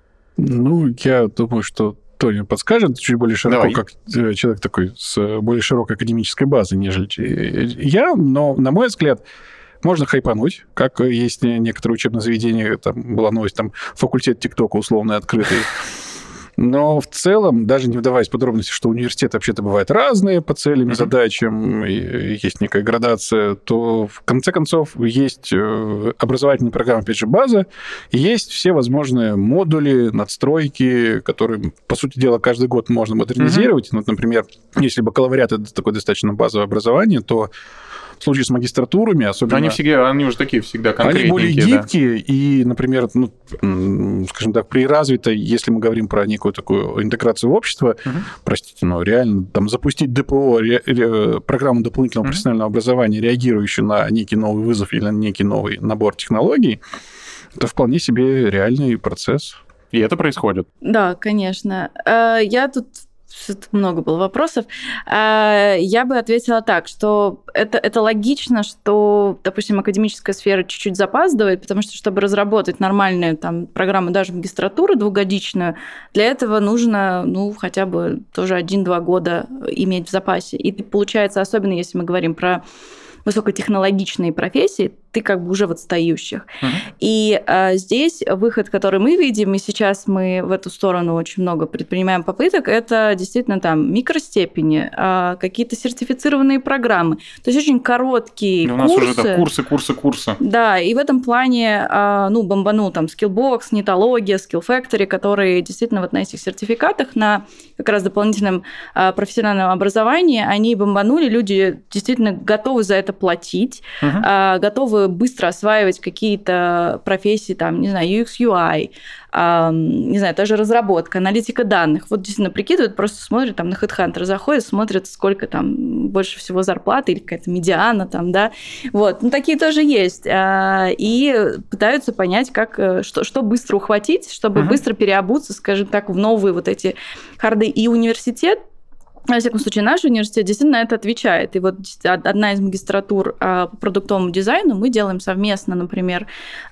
Ну, я думаю, что Тоня подскажет чуть более широко, Давай. Как человек такой с более широкой академической базой, нежели я, но, на мой взгляд, можно хайпануть, как есть некоторые учебные заведения, там была новость, там факультет ТикТока условно открытый. Но в целом, даже не вдаваясь в подробности, что университеты вообще-то бывают разные по целям и задачам, и есть некая градация, то в конце концов есть образовательная программа, опять же, база, и есть все возможные модули, надстройки, которые, по сути дела, каждый год можно модернизировать. Mm-hmm. Ну, например, если бакалавриат — это такое достаточно базовое образование, то в случае с магистратурами, особенно... Они, всегда, они уже такие всегда конкретненькие. Они более гибкие, да. И, например, ну, скажем так, при развитой, если мы говорим про некую такую интеграцию в общество, uh-huh. простите, но реально там запустить ДПО, ре, ре, программу дополнительного uh-huh. профессионального образования, реагирующую на некий новый вызов или на некий новый набор технологий, это вполне себе реальный процесс. И это происходит. Да, конечно. Я тут... Много было вопросов. Я бы ответила так, что это, это логично, что, допустим, академическая сфера чуть-чуть запаздывает, потому что, чтобы разработать нормальную там, программу даже магистратуры двухгодичную, для этого нужно, ну, хотя бы тоже один-два года иметь в запасе. И получается, особенно если мы говорим про высокотехнологичные профессии, ты как бы уже в отстающих. Uh-huh. И а, здесь выход, который мы видим, и сейчас мы в эту сторону очень много предпринимаем попыток, это действительно там микростепени, а, какие-то сертифицированные программы. То есть очень короткие и у курсы. У нас уже это курсы, курсы, курсы. Да, и в этом плане, а, ну, бомбанул там Skillbox, Нетология, Skill Factory, которые действительно вот на этих сертификатах, на как раз дополнительном а, профессиональном образовании, они бомбанули, люди действительно готовы за это платить, uh-huh. а, готовы быстро осваивать какие-то профессии, там, не знаю, ю экс, ю ай, а, не знаю, тоже разработка, аналитика данных. Вот действительно прикидывают, просто смотрят, там на HeadHunter заходят, смотрят, сколько там больше всего зарплаты или какая-то медиана там, да. Вот, ну такие тоже есть. А, и пытаются понять, как, что, что быстро ухватить, чтобы uh-huh. быстро переобуться, скажем так, в новые вот эти харды. И университет, во всяком случае, наш университет действительно на это отвечает. И вот одна из магистратур по продуктовому дизайну мы делаем совместно, например,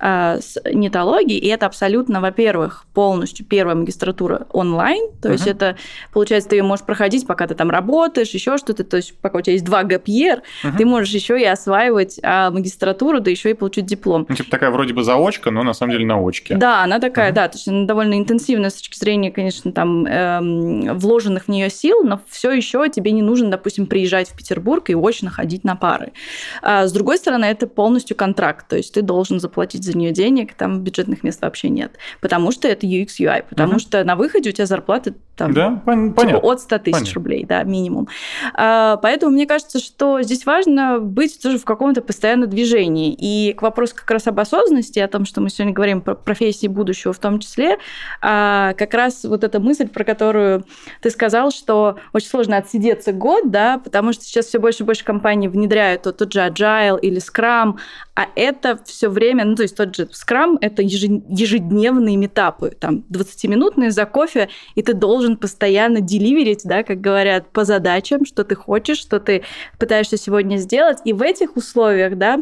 с Нетологией, и это абсолютно, во-первых, полностью первая магистратура онлайн, то uh-huh. есть это, получается, ты ее можешь проходить, пока ты там работаешь, еще что-то, то есть пока у тебя есть два гэп-йер, uh-huh. ты можешь еще и осваивать магистратуру, да еще и получить диплом. Ну, типа такая вроде бы заочка, но на самом деле на очке. Да, она такая, uh-huh. да, то есть она довольно интенсивная с точки зрения, конечно, там, эм, вложенных в нее сил, но все еще тебе не нужно, допустим, приезжать в Петербург и очно ходить на пары. А с другой стороны, это полностью контракт, то есть ты должен заплатить за нее денег, там бюджетных мест вообще нет, потому что это ю экс, ю ай, потому uh-huh. что на выходе у тебя зарплата там, да, пон- типа от сто тысяч рублей, да, минимум. А, поэтому мне кажется, что здесь важно быть тоже в каком-то постоянном движении. И к вопросу как раз об осознанности, о том, что мы сегодня говорим про профессии будущего в том числе, а, как раз вот эта мысль, про которую ты сказал, что очень сложно отсидеться год, да, потому что сейчас все больше и больше компаний внедряют тот, тот же Agile или Scrum, а это все время, ну, то есть тот же Scrum – это ежедневные митапы, там, двадцатиминутные за кофе, и ты должен постоянно деливерить, да, как говорят, по задачам, что ты хочешь, что ты пытаешься сегодня сделать, и в этих условиях, да,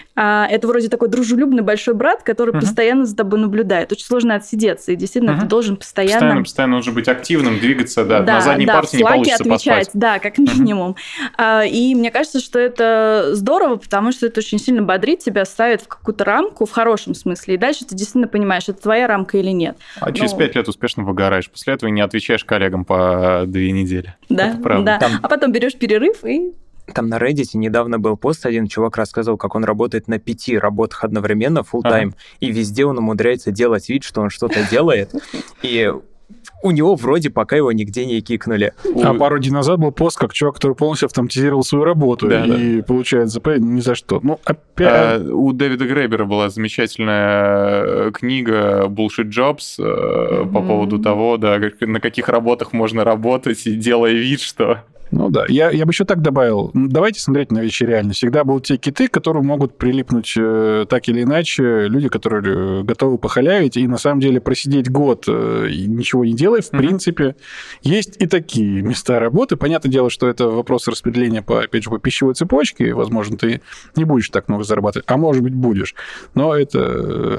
это вроде такой дружелюбный большой брат, который uh-huh. постоянно за тобой наблюдает. Очень сложно отсидеться, и действительно uh-huh. ты должен постоянно... Постоянно, постоянно нужно быть активным, двигаться, да, да на задней да, парте не получится отвечать, поспать. Да, как минимум. Uh-huh. И мне кажется, что это здорово, потому что это очень сильно бодрит тебя, ставит в какую-то рамку, в хорошем смысле, и дальше ты действительно понимаешь, это твоя рамка или нет. А Но... через пять лет успешно выгораешь, после этого не отвечаешь коллегам по две недели. Да, да. Там... А потом берешь перерыв и... Там на Reddit недавно был пост, один чувак рассказывал, как он работает на пяти работах одновременно, full-time, ага. и везде он умудряется делать вид, что он что-то делает, и у него вроде пока его нигде не кикнули. А пару дней назад был пост, как чувак, который полностью автоматизировал свою работу да, и да. получает ЗП ни за что. Ну, опять... а, у Дэвида Грейбера была замечательная книга «Bullshit Jobs» mm-hmm. по поводу того, да, на каких работах можно работать, и делая вид, что... Ну да, я, я бы еще так добавил. Давайте смотреть на вещи реально. Всегда будут те киты, к которым могут прилипнуть э, так или иначе люди, которые готовы похалявить и на самом деле просидеть год, э, ничего не делая, в mm-hmm. принципе. Есть и такие места работы. Понятное дело, что это вопрос распределения, по, опять же, по пищевой цепочке. Возможно, ты не будешь так много зарабатывать, а может быть, будешь. Но это... Э,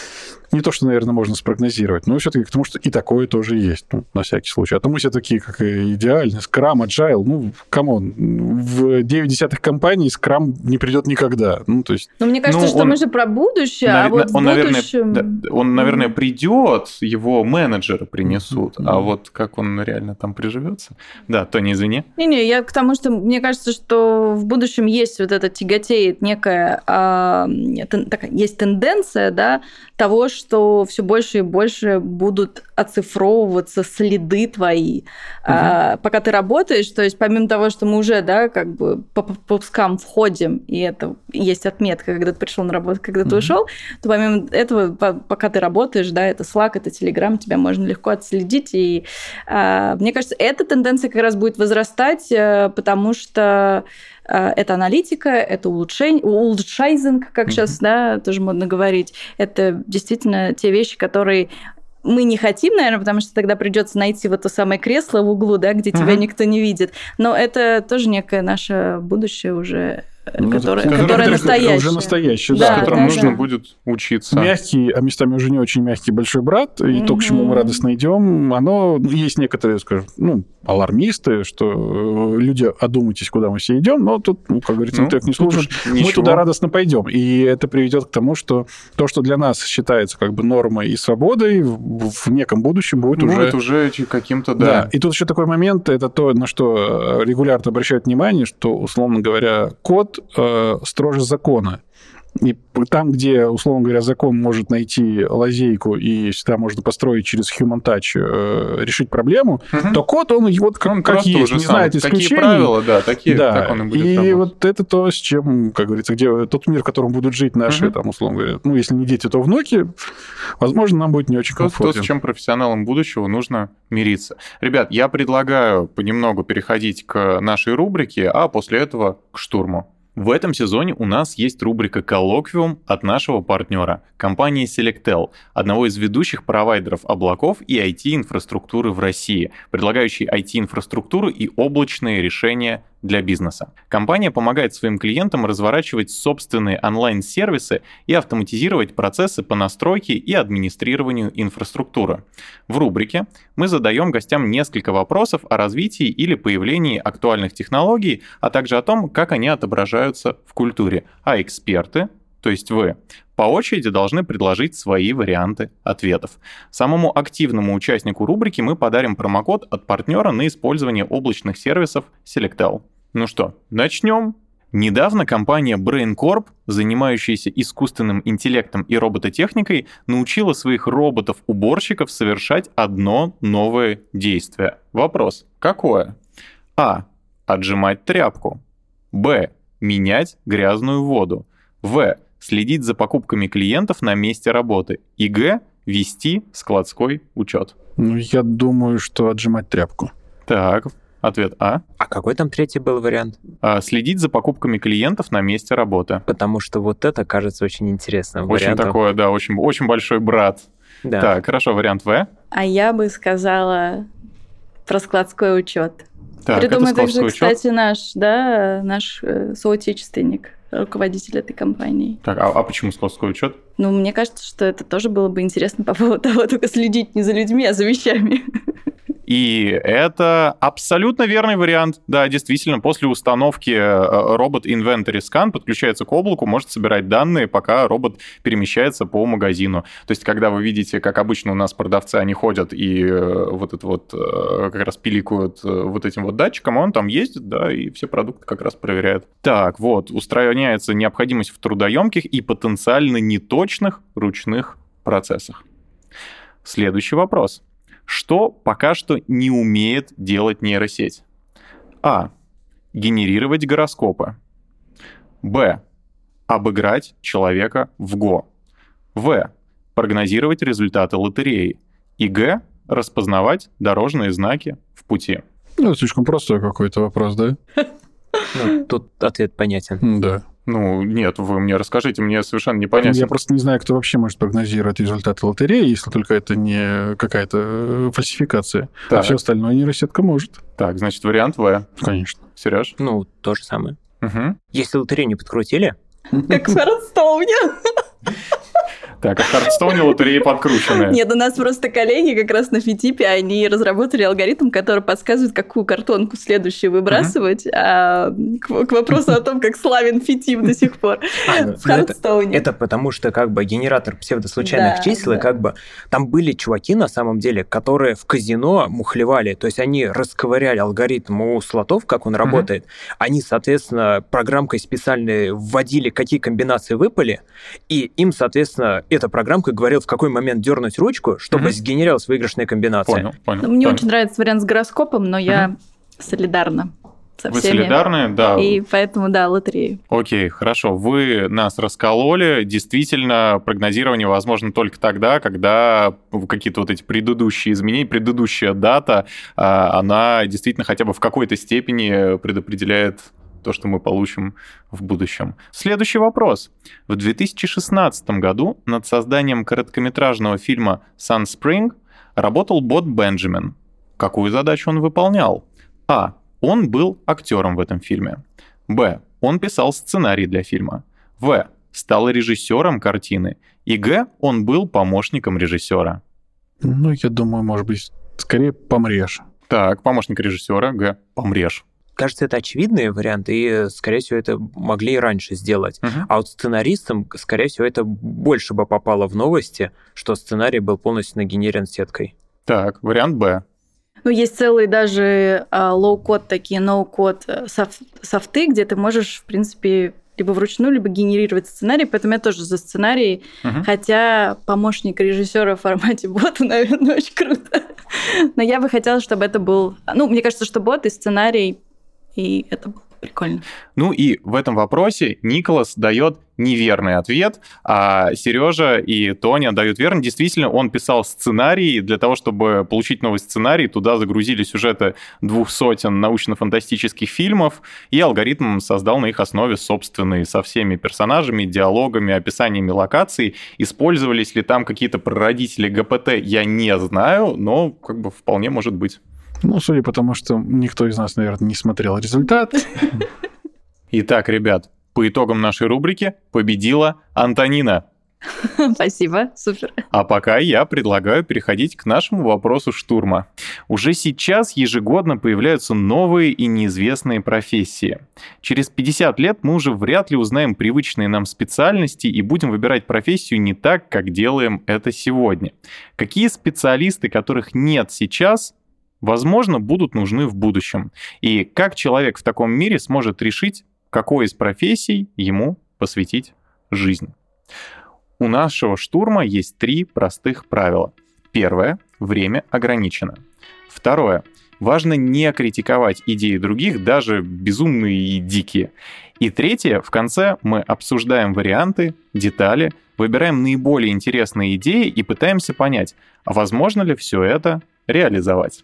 не то, что, наверное, можно спрогнозировать, но все-таки к тому, что и такое тоже есть, ну, на всякий случай. А то мы все такие, как идеальный, Scrum, Agile, ну, камон, в девять десятых компаний Scrum не придет никогда. Ну, то есть... Но мне кажется, ну, что он, мы же про будущее, на, а вот он, в будущем... Наверное, да, он, наверное, придет, его менеджеры принесут, mm-hmm. а вот как он реально там приживется? Да, Тоня, извини. Не-не, я к тому, что мне кажется, что в будущем есть вот это тяготеет некая... А, такая, есть тенденция, да, того, что все больше и больше будут оцифровываться следы твои, угу. а, пока ты работаешь. То есть помимо того, что мы уже, да, как бы по пускам входим, и это есть отметка, когда ты пришел на работу, когда угу. ты ушел, то помимо этого, пока ты работаешь, да, это Slack, это Telegram, тебя можно легко отследить. И а, мне кажется, эта тенденция как раз будет возрастать, потому что это аналитика, это улучшение, улучшайзинг, как mm-hmm. сейчас, да, тоже модно говорить. Это действительно те вещи, которые мы не хотим, наверное, потому что тогда придется найти вот то самое кресло в углу, да, где mm-hmm. тебя никто не видит. Но это тоже некое наше будущее уже ну, которая, который, которая настоящая. Уже настоящая, да. С которым да, нужно да. будет учиться. Мягкий, а местами уже не очень мягкий большой брат, и mm-hmm. то, к чему мы радостно идем, оно... Есть некоторые, скажем, ну, алармисты, что люди, одумайтесь, куда мы все идем, но тут, ну, как говорится, ну, никто их не служит. Мы туда радостно пойдем. И это приведет к тому, что то, что для нас считается как бы нормой и свободой, в, в неком будущем будет, будет уже... уже каким-то, да. да. И тут еще такой момент, это то, на что регулярно обращают внимание, что, условно говоря, код э, строже закона. И там, где, условно говоря, закон может найти лазейку и всегда можно построить через Human Touch э, решить проблему, угу. то код, он вот как, он как есть, не сам. знает исключений. Какие правила, да, такие, да. так он и будет И работать. вот это то, с чем, как говорится, где тот мир, в котором будут жить наши, угу. там, условно говоря, ну, если не дети, то внуки, возможно, нам будет не очень комфортно. То, то, с чем профессионалам будущего нужно мириться. Ребят, я предлагаю понемногу переходить к нашей рубрике, а после этого к штурму. В этом сезоне у нас есть рубрика «Коллоквиум» от нашего партнера, компании Selectel, одного из ведущих провайдеров облаков и ай ти-инфраструктуры в России, предлагающей ай ти-инфраструктуру и облачные решения для бизнеса. Компания помогает своим клиентам разворачивать собственные онлайн-сервисы и автоматизировать процессы по настройке и администрированию инфраструктуры. В рубрике мы задаем гостям несколько вопросов о развитии или появлении актуальных технологий, а также о том, как они отображаются в культуре. А эксперты, то есть вы, по очереди должны предложить свои варианты ответов. Самому активному участнику рубрики мы подарим промокод от партнера на использование облачных сервисов Selectel. Ну что, начнем? Недавно компания BrainCorp, занимающаяся искусственным интеллектом и робототехникой, научила своих роботов-уборщиков совершать одно новое действие. Вопрос: какое? А. Отжимать тряпку. Б. Менять грязную воду. В. Следить за покупками клиентов на месте работы. И Г. Вести складской учет. Ну, я думаю, что отжимать тряпку. Так, ответ А. А какой там третий был вариант? А, следить за покупками клиентов на месте работы. Потому что вот это кажется очень интересным очень вариантом. Такое, да, очень, очень большой брат. Да. Так, хорошо, вариант В. А я бы сказала про складской учет. Так, Придумай также, учет. кстати, наш, да, наш э, соотечественник, руководитель этой компании. Так, а, а почему складской учет? Ну, мне кажется, что это тоже было бы интересно по поводу того, только следить не за людьми, а за вещами. И это абсолютно верный вариант. Да, действительно, после установки робот Inventory Scan подключается к облаку, может собирать данные, пока робот перемещается по магазину. То есть, когда вы видите, как обычно у нас продавцы, они ходят и вот это вот как раз пиликают вот этим вот датчиком, он там ездит, да, и все продукты как раз проверяет. Так, вот, устраняется необходимость в трудоемких и потенциально неточных ручных процессах. Следующий вопрос. Что пока что не умеет делать нейросеть? А. Генерировать гороскопы. Б. Обыграть человека в Го. В. Прогнозировать результаты лотереи. И Г. Распознавать дорожные знаки в пути. Ну, слишком простой какой-то вопрос, да? Ну, тут ответ понятен. Да. Ну, нет, вы мне расскажите, мне совершенно непонятно. Я просто не знаю, кто вообще может прогнозировать результаты лотереи, если только это не какая-то фальсификация. Так. А все остальное нейросетка может. Так, значит, вариант В. Конечно. Сереж? Ну, то же самое. Угу. Если лотерею не подкрутили... Как в Хардстоуне. Так, а в Хардстоуне лотереи подкручены. Нет, у нас просто коллеги как раз на Фитипе, они разработали алгоритм, который подсказывает, какую картонку следующую выбрасывать, uh-huh. а, к, к вопросу о том, как славен Фитип до сих пор в Хардстоуне. Это потому что как бы генератор псевдослучайных чисел, и как бы там были чуваки на самом деле, которые в казино мухлевали, то есть они расковыряли алгоритм у слотов, как он работает, они, соответственно, программкой специальной вводили, какие комбинации выпали, и им, соответственно, эта программка говорила, в какой момент дернуть ручку, чтобы mm-hmm. сгенерировалась выигрышная комбинация. Понял, понял. Мне понял. очень нравится вариант с гороскопом, но я mm-hmm. солидарна со Вы всеми. Вы солидарны? Да. И поэтому, да, лотерею. Окей, хорошо. Вы нас раскололи. Действительно, прогнозирование возможно только тогда, когда какие-то вот эти предыдущие изменения, предыдущая дата, она действительно хотя бы в какой-то степени предопределяет то, что мы получим в будущем. Следующий вопрос. В две тысячи шестнадцатом году над созданием короткометражного фильма «Sunspring» работал бот Бенджамин. Какую задачу он выполнял? А. Он был актером в этом фильме. Б. Он писал сценарий для фильма. В. Стал режиссером картины. И Г. Он был помощником режиссера. Ну, я думаю, может быть, скорее помрешь. Так, помощник режиссера. Г. Помрешь. Кажется, это очевидные варианты, и, скорее всего, это могли и раньше сделать. Uh-huh. А вот сценаристам, скорее всего, это больше бы попало в новости, что сценарий был полностью нагенерен сеткой. Так, вариант Б. Ну, есть целые даже лоу-код, такие ноу-код софты, где ты можешь, в принципе, либо вручную, либо генерировать сценарий, поэтому я тоже за сценарий, uh-huh. хотя помощник режиссера в формате бота, наверное, очень круто. Но я бы хотела, чтобы это был... Ну, мне кажется, что бот и сценарий, и это было прикольно. Ну и в этом вопросе Николас дает неверный ответ, а Сережа и Тоня дают верный. Действительно, он писал сценарий. Для того, чтобы получить новый сценарий, туда загрузили сюжеты двух сотен научно-фантастических фильмов, и алгоритм создал на их основе собственные со всеми персонажами, диалогами, описаниями локаций. Использовались ли там какие-то прародители ГПТ, я не знаю, но как бы вполне может быть. Ну, судя по тому, что никто из нас, наверное, не смотрел результат. Итак, ребят, по итогам нашей рубрики победила Антонина. Спасибо, супер. А пока я предлагаю переходить к нашему вопросу штурма. Уже сейчас ежегодно появляются новые и неизвестные профессии. Через пятьдесят лет мы уже вряд ли узнаем привычные нам специальности и будем выбирать профессию не так, как делаем это сегодня. Какие специалисты, которых нет сейчас, возможно, будут нужны в будущем? И как человек в таком мире сможет решить, какой из профессий ему посвятить жизнь? У нашего штурма есть три простых правила. Первое — время ограничено. Второе — важно не критиковать идеи других, даже безумные и дикие. И третье — в конце мы обсуждаем варианты, детали, выбираем наиболее интересные идеи и пытаемся понять, а возможно ли все это реализовать.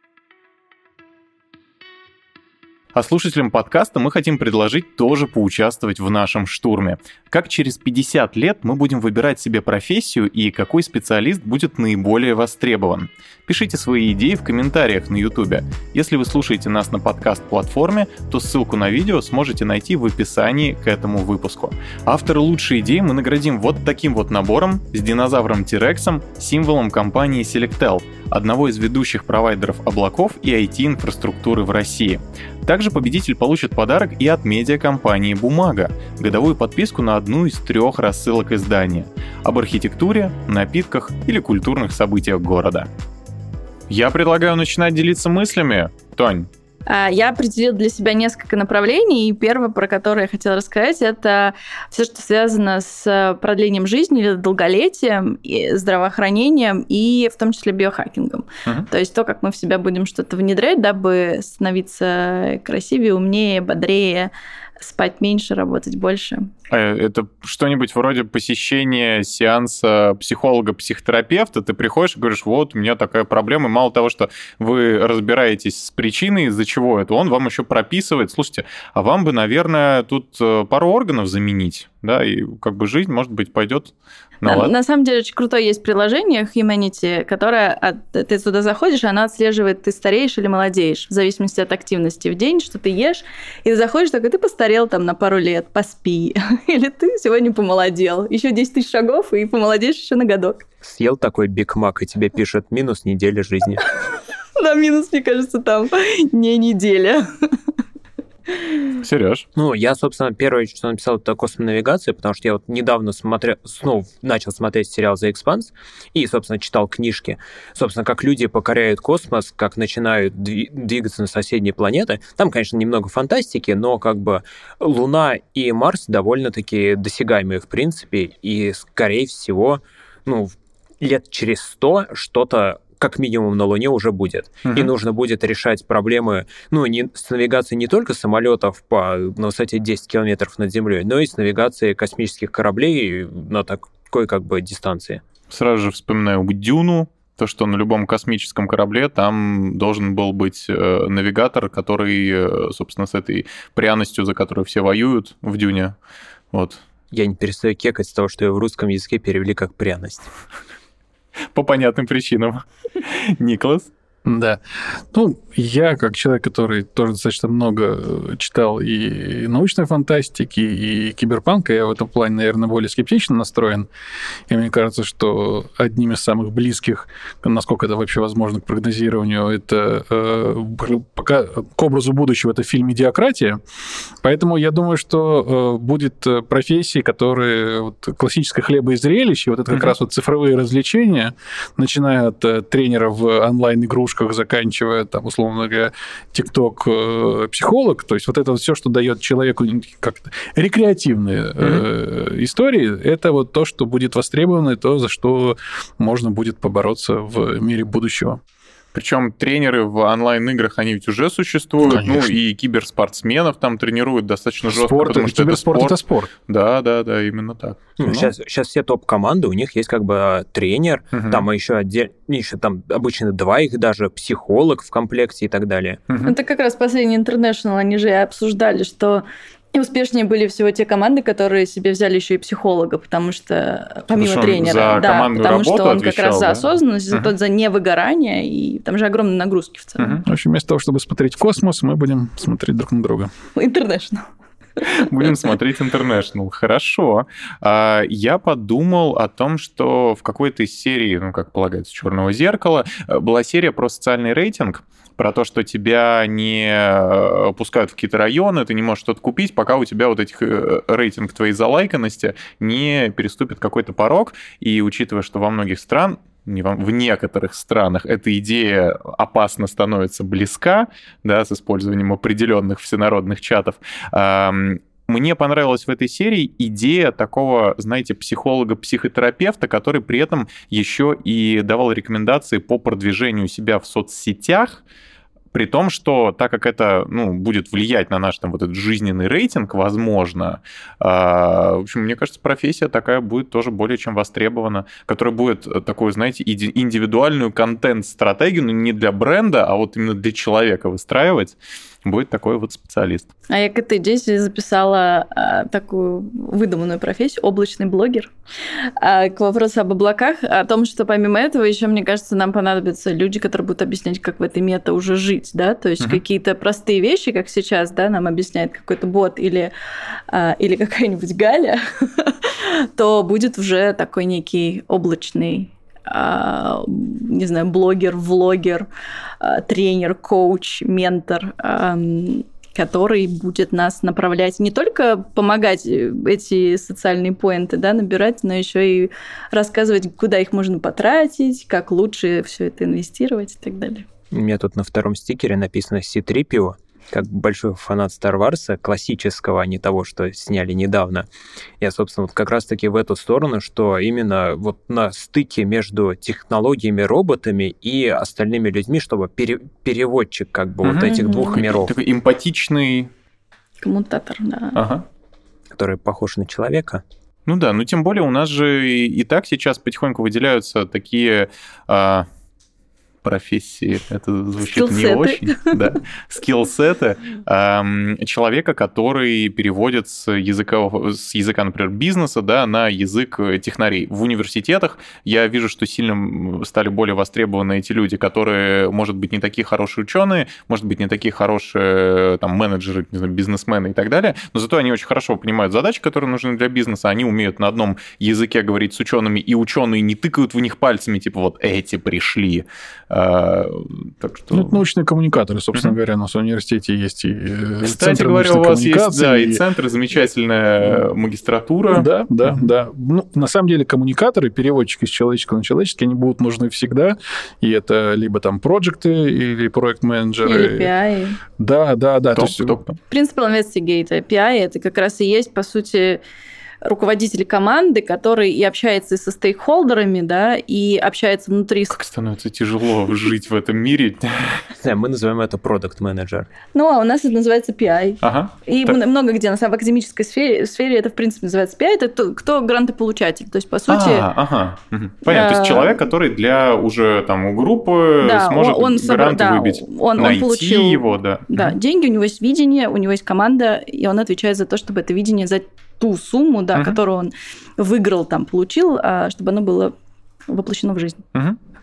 А слушателям подкаста мы хотим предложить тоже поучаствовать в нашем штурме. Как через пятьдесят лет мы будем выбирать себе профессию и какой специалист будет наиболее востребован? Пишите свои идеи в комментариях на YouTube. Если вы слушаете нас на подкаст-платформе, то ссылку на видео сможете найти в описании к этому выпуску. Авторы лучшей идеи мы наградим вот таким вот набором с динозавром T-Rex, символом компании Selectel, одного из ведущих провайдеров облаков и ай ти-инфраструктуры в России. Также победитель получит подарок и от медиакомпании «Бумага» — годовую подписку на одну из трех рассылок издания об архитектуре, напитках или культурных событиях города. Я предлагаю начинать делиться мыслями. Тонь. Я определила для себя несколько направлений, и первое, про которое я хотела рассказать, это все, что связано с продлением жизни или долголетием, и здравоохранением, и в том числе биохакингом. Uh-huh. То есть то, как мы в себя будем что-то внедрять, дабы становиться красивее, умнее, бодрее, спать меньше, работать больше. Это что-нибудь вроде посещения сеанса психолога-психотерапевта? Ты приходишь и говоришь, вот, у меня такая проблема. Мало того, что вы разбираетесь с причиной, из-за чего это, он вам еще прописывает. Слушайте, а вам бы, наверное, тут пару органов заменить, да, и как бы жизнь, может быть, пойдет на лад. На самом деле, очень крутое есть приложение Humanity, которое, ты туда заходишь, и оно отслеживает, ты стареешь или молодеешь, в зависимости от активности в день, что ты ешь, и ты заходишь такой, ты постарел там на пару лет, поспи. Или ты сегодня помолодел. Еще десять тысяч шагов, и помолодеешь еще на годок. Съел такой Биг Мак, и тебе пишет минус неделя жизни. Да, минус, мне кажется, там не неделя. Сереж? Ну, я, собственно, первое, что написал, это космонавигация, потому что я вот недавно смотрел, снова начал смотреть сериал The Expanse и, собственно, читал книжки. Собственно, как люди покоряют космос, как начинают двигаться на соседние планеты. Там, конечно, немного фантастики, но как бы Луна и Марс довольно-таки досягаемые, в принципе, и, скорее всего, ну, лет через сто что-то как минимум на Луне уже будет. Uh-huh. И нужно будет решать проблемы, ну, не, с навигацией не только самолетов по, на высоте десять километров над Землей, но и с навигацией космических кораблей на такой как бы дистанции. Сразу же вспоминаю Дюну, то, что на любом космическом корабле там должен был быть э, навигатор, который, э, собственно, с этой пряностью, за которую все воюют в Дюне. Вот. Я не перестаю кекать с того, что ее в русском языке перевели как пряность. По понятным причинам. Николас? Да. Ну, я, как человек, который тоже достаточно много читал и научной фантастики, и киберпанка, я в этом плане, наверное, более скептично настроен. И мне кажется, что одним из самых близких, насколько это вообще возможно, к прогнозированию, это э, пока к образу будущего, это фильм «Идиократия». Поэтому я думаю, что э, будет профессии, которые вот, классическое хлеба и зрелище, вот это как mm-hmm. раз вот цифровые развлечения, начиная от э, тренера в онлайн-игрушках, заканчивая, там, условно говоря, тикток-психолог, то есть вот это вот все, что дает человеку как-то рекреативные mm-hmm. э, истории, это вот то, что будет востребовано, и то, за что можно будет побороться в мире будущего. Причем тренеры в онлайн-играх, они ведь уже существуют. Конечно. Ну, и киберспортсменов там тренируют достаточно жестко, спорт, потому что это спорт. это спорт. Да, да, да, именно так. Ну, ну. Сейчас, сейчас все топ-команды, у них есть как бы тренер, угу. там еще отдельно, еще там обычно два их даже, психолог в комплекте и так далее. Угу. Это как раз последний International, они же обсуждали, что и успешнее были всего те команды, которые себе взяли еще и психолога, потому что помимо потому тренера, за да, потому что он отвечал, как раз за да? осознанность, за, uh-huh. тот, за невыгорание, и там же огромные нагрузки в целом. Uh-huh. В общем, вместо того, чтобы смотреть космос, мы будем смотреть друг на друга. International. Будем смотреть International. Хорошо. Я подумал о том, что в какой-то из серий, ну, как полагается, «Черного зеркала», была серия про социальный рейтинг, про то, что тебя не пускают в какие-то районы, ты не можешь что-то купить, пока у тебя вот этих рейтинг твоей залайканности не переступит какой-то порог. И учитывая, что во многих странах, в некоторых странах эта идея опасно становится близка, да, с использованием определенных всенародных чатов, мне понравилась в этой серии идея такого, знаете, психолога-психотерапевта, который при этом еще и давал рекомендации по продвижению себя в соцсетях, при том, что так как это, ну, будет влиять на наш там вот этот жизненный рейтинг, возможно, э, в общем, мне кажется, профессия такая будет тоже более чем востребована, которая будет такую, знаете, индивидуальную контент-стратегию, ну, не для бренда, а вот именно для человека выстраивать. Будет такой вот специалист. А я к этой идее записала а, такую выдуманную профессию — облачный блогер. А, к вопросу об облаках, о том, что помимо этого еще, мне кажется, нам понадобятся люди, которые будут объяснять, как в этой мета уже жить, да, то есть uh-huh. какие-то простые вещи, как сейчас, да, нам объясняет какой-то бот или, а, или какая-нибудь Галя, то будет уже такой некий облачный, не знаю, блогер, влогер, тренер, коуч, ментор, который будет нас направлять, не только помогать эти социальные поинты, да, набирать, но еще и рассказывать, куда их можно потратить, как лучше все это инвестировать и так далее. У меня тут на втором стикере написано си три пи о. Как большой фанат Star Wars, классического, а не того, что сняли недавно, я, собственно, вот как раз-таки в эту сторону, что именно вот на стыке между технологиями, роботами и остальными людьми, чтобы пере- переводчик как бы mm-hmm. вот этих двух миров. Такой эмпатичный... Коммутатор, да. Ага. Который похож на человека. Ну да, ну тем более у нас же и, и так сейчас потихоньку выделяются такие... А... профессии, это звучит не очень, да, скиллсеты эм, человека, который переводит с языка, с языка, например, бизнеса, да, на язык технарей. В университетах я вижу, что сильно стали более востребованы эти люди, которые, может быть, не такие хорошие ученые, может быть, не такие хорошие там, менеджеры, не знаю, бизнесмены и так далее, но зато они очень хорошо понимают задачи, которые нужны для бизнеса, они умеют на одном языке говорить с учеными, и ученые не тыкают в них пальцами, типа вот эти пришли. А, так что... Ну, научные коммуникаторы, собственно mm-hmm. говоря, у нас в университете есть и Кстати центр говоря, у вас есть, да, и и центр, замечательная mm-hmm. магистратура. Да, да, mm-hmm. да. Ну, на самом деле коммуникаторы, переводчики с человеческого на человеческий, они будут нужны всегда, и это либо там проекты или проект-менеджеры. Или пи ай. Да, да, да. Топ, то есть... топ. Principal Investigator, пи ай, это как раз и есть, по сути, руководитель команды, который и общается и со стейкхолдерами, да, и общается внутри... Как становится тяжело жить в этом мире. Да, мы называем это продакт-менеджер. Ну, а у нас это называется пи ай. Ага. И так. много где, на самом деле, в академической сфере, сфере это, в принципе, называется пи ай, это кто, кто грантополучатель. То есть, по сути... А, ага. Понятно. То есть, человек, который для уже там у группы да, сможет он, грант да, выбить, он, найти он получил, его, да. Да, угу. деньги, у него есть видение, у него есть команда, и он отвечает за то, чтобы это видение за ту сумму, да, uh-huh. которую он выиграл, там, получил, чтобы оно было воплощено в жизнь. Uh-huh.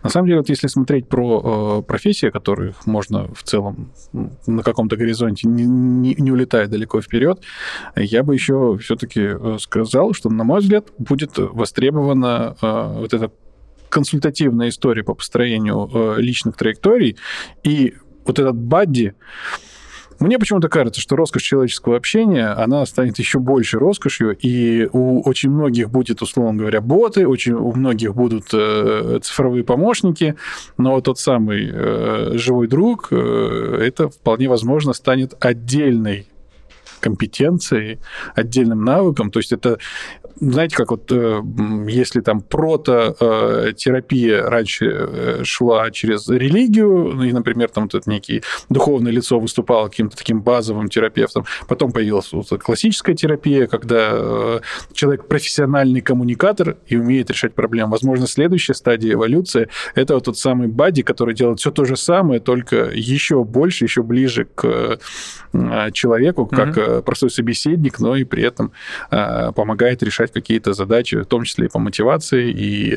На самом деле, вот если смотреть про э, профессии, которых можно в целом на каком-то горизонте, не, не, не улетая далеко вперед, я бы еще все-таки сказал, что, на мой взгляд, будет востребована э, вот эта консультативная история по построению э, личных траекторий, и вот этот бадди. Мне почему-то кажется, что роскошь человеческого общения, она станет еще больше роскошью, и у очень многих будет, условно говоря, боты, очень, у многих будут э, цифровые помощники, но вот тот самый э, живой друг, э, это вполне возможно станет отдельной компетенцией, отдельным навыком. То есть это, знаете, как вот если там прототерапия раньше шла через религию, и, например, там вот некий духовное лицо выступало каким-то таким базовым терапевтом, потом появилась вот классическая терапия, когда человек профессиональный коммуникатор и умеет решать проблемы. Возможно, следующая стадия эволюции – это вот тот самый бадди, который делает все то же самое, только еще больше, еще ближе к человеку, как mm-hmm. простой собеседник, но и при этом э, помогает решать какие-то задачи, в том числе и по мотивации, и э,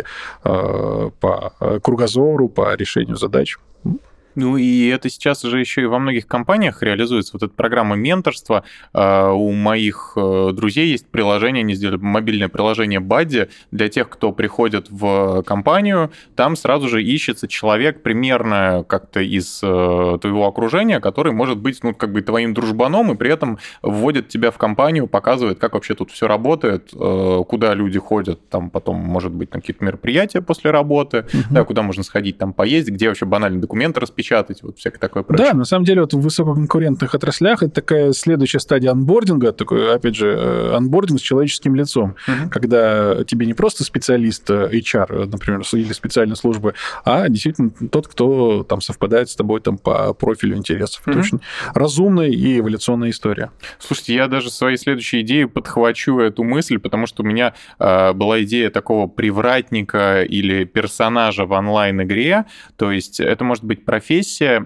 по кругозору, по решению задач. Ну и это сейчас уже еще и во многих компаниях реализуется. Вот эта программа менторства. У моих друзей есть приложение, они сделали мобильное приложение Buddy для тех, кто приходит в компанию. Там сразу же ищется человек примерно как-то из твоего окружения, который может быть, ну, как бы твоим дружбаном, и при этом вводит тебя в компанию, показывает, как вообще тут все работает, куда люди ходят, там потом, может быть, там какие-то мероприятия после работы, uh-huh. да, куда можно сходить, там поесть, где вообще банальные документы распечатать, вот всякое такое прочее. Да, на самом деле вот в высококонкурентных отраслях это такая следующая стадия анбординга, такой, опять же, анбординг с человеческим лицом, uh-huh. когда тебе не просто специалист эйч ар, например, или специальной службы, а действительно тот, кто там совпадает с тобой там по профилю интересов. Uh-huh. Это очень разумная и эволюционная история. Слушайте, я даже своей следующей идеей подхвачу эту мысль, потому что у меня э, была идея такого привратника или персонажа в онлайн-игре, то есть это может быть профессия,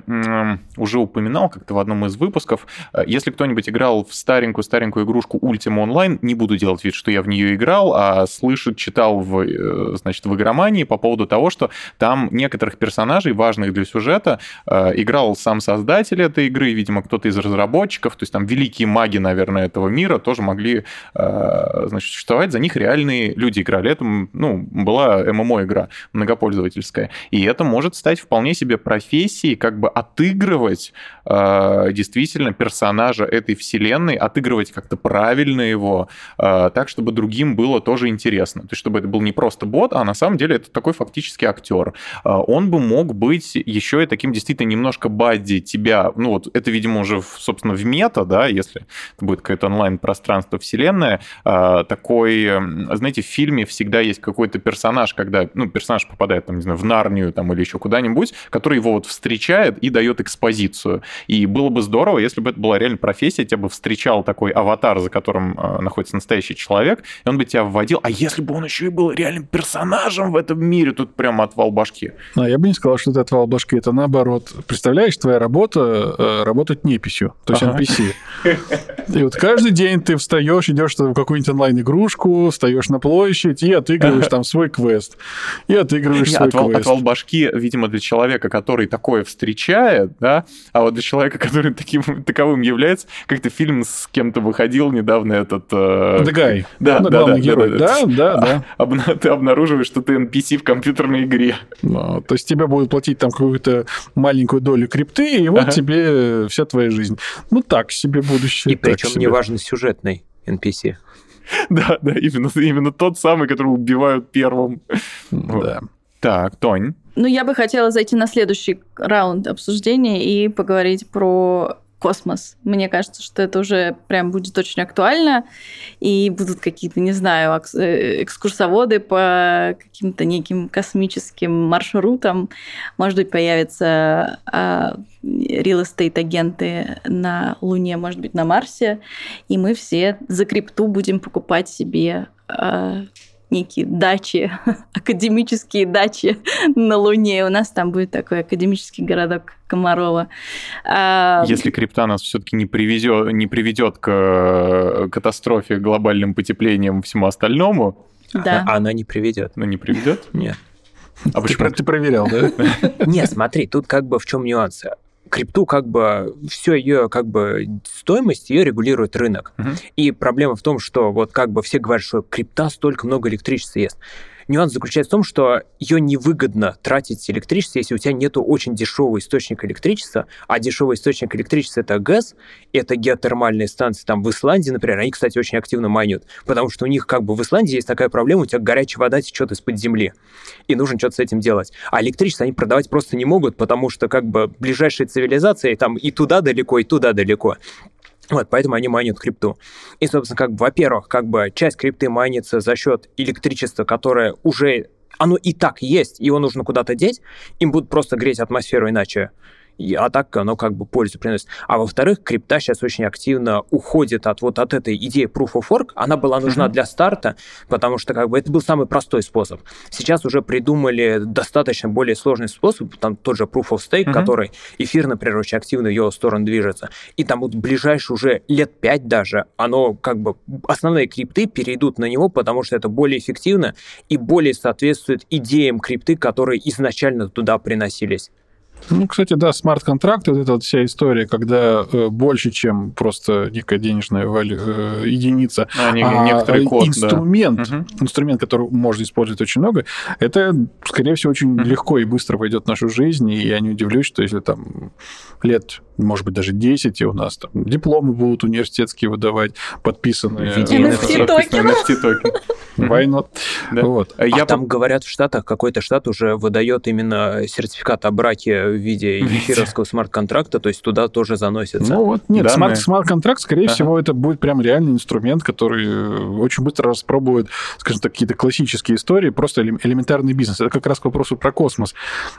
уже упоминал как-то в одном из выпусков. Если кто-нибудь играл в старенькую-старенькую игрушку Ultima Online, не буду делать вид, что я в нее играл, а слышать, читал в, значит, в игромании по поводу того, что там некоторых персонажей, важных для сюжета, играл сам создатель этой игры, видимо, кто-то из разработчиков, то есть там великие маги, наверное, этого мира тоже могли, значит, существовать, за них реальные люди играли. Это, ну, была эм эм о-игра многопользовательская, и это может стать вполне себе профессией, как бы отыгрывать э, действительно персонажа этой вселенной, отыгрывать как-то правильно его, э, так, чтобы другим было тоже интересно. То есть, чтобы это был не просто бот, а на самом деле это такой фактически актер. Э, он бы мог быть еще и таким действительно немножко бадди тебя. Ну вот это, видимо, уже, собственно, в мета, да, если это будет какое-то онлайн-пространство вселенная. Э, такой, знаете, в фильме всегда есть какой-то персонаж, когда, ну, персонаж попадает, там, не знаю, в Нарнию там, или еще куда-нибудь, который его вот встречает и дает экспозицию. И было бы здорово, если бы это была реально профессия, тебя бы встречал такой аватар, за которым э, находится настоящий человек, и он бы тебя вводил. А если бы он еще и был реальным персонажем в этом мире, тут прям отвал башки. А я бы не сказал, что это отвал башки, это наоборот. Представляешь, твоя работа э, работать неписью, то есть ага. эн пи си. И вот каждый день ты встаешь, идешь в какую-нибудь онлайн-игрушку, встаешь на площадь и отыгрываешь там свой квест. И отыгрываешь свой отвал, квест. Отвал башки, видимо, для человека, который такое встречает, да, а вот для человека, который таким таковым является, как-то фильм с кем-то выходил недавно этот... Э... The Guy. Да, да, главный да, герой. Да, да, да. да. А, ты обнаруживаешь, что ты эн пи си в компьютерной игре. Ну, то есть тебе будут платить там какую-то маленькую долю крипты, и вот ага. тебе вся твоя жизнь. Ну так себе будущее. И причем неважно сюжетный эн пи си. Да, да, именно, именно тот самый, который убивают первым. Да. Так, Тонь. Ну, я бы хотела зайти на следующий раунд обсуждения и поговорить про космос. Мне кажется, что это уже прям будет очень актуально, и будут какие-то, не знаю, экскурсоводы по каким-то неким космическим маршрутам. Может быть, появятся real estate-агенты на Луне, может быть, на Марсе, и мы все за крипту будем покупать себе некие дачи, академические дачи на Луне. У нас там будет такой академический городок Комарова. Если крипта нас все-таки не привезет, не приведет к катастрофе, глобальным потеплением и всему остальному. Да. А она не приведет. Ну, не приведет? Нет. А почему ты проверял, да? Нет, смотри, тут как бы в чем нюанс. Крипту как бы все ее как бы стоимость ее регулирует рынок. Uh-huh. И проблема в том, что вот как бы все говорят, что крипта столько много электричества ест. Нюанс заключается в том, что ее невыгодно тратить электричество, если у тебя нет очень дешевого источника электричества, а дешевый источник электричества — это ГЭС, это геотермальные станции там в Исландии, например, они, кстати, очень активно майнят, потому что у них как бы в Исландии есть такая проблема, у тебя горячая вода течет из-под земли, и нужно что-то с этим делать. А электричество они продавать просто не могут, потому что как бы ближайшие цивилизации там и туда далеко, и туда далеко. Вот, поэтому они майнят крипту. И, собственно, как бы, во-первых, как бы часть крипты майнится за счет электричества, которое уже, оно и так есть, его нужно куда-то деть, им будут просто греть атмосферу иначе. И, а так оно как бы пользу приносит. А во-вторых, крипта сейчас очень активно уходит от вот от этой идеи Proof of Work. Она была нужна mm-hmm. для старта, потому что как бы это был самый простой способ. Сейчас уже придумали достаточно более сложный способ, там тот же Proof of Stake, mm-hmm. который эфир, например, очень активно в его сторону движется. И там вот в ближайшие уже лет пять даже оно как бы основные крипты перейдут на него, потому что это более эффективно и более соответствует идеям крипты, которые изначально туда приносились. Ну, кстати, да, смарт-контракты, вот эта вот вся история, когда э, больше, чем просто некая денежная вали, э, единица, а, не, а код, инструмент, да. инструмент, который можно использовать очень много, это, скорее всего, очень uh-huh. легко и быстро войдет в нашу жизнь, и я не удивлюсь, что если там лет, может быть, даже десять, и у нас там дипломы будут университетские выдавать, подписанные... эн эф ти-токен. Why not? Да. Вот. А я там, по... говорят, в Штатах какой-то штат уже выдает именно сертификат о браке в виде эфировского смарт-контракта, то есть туда тоже заносится. Ну вот, нет, смарт- смарт-контракт, скорее ага. всего, это будет прям реальный инструмент, который очень быстро распробует, скажем так, какие-то классические истории, просто элементарный бизнес. Это как раз к вопросу про космос.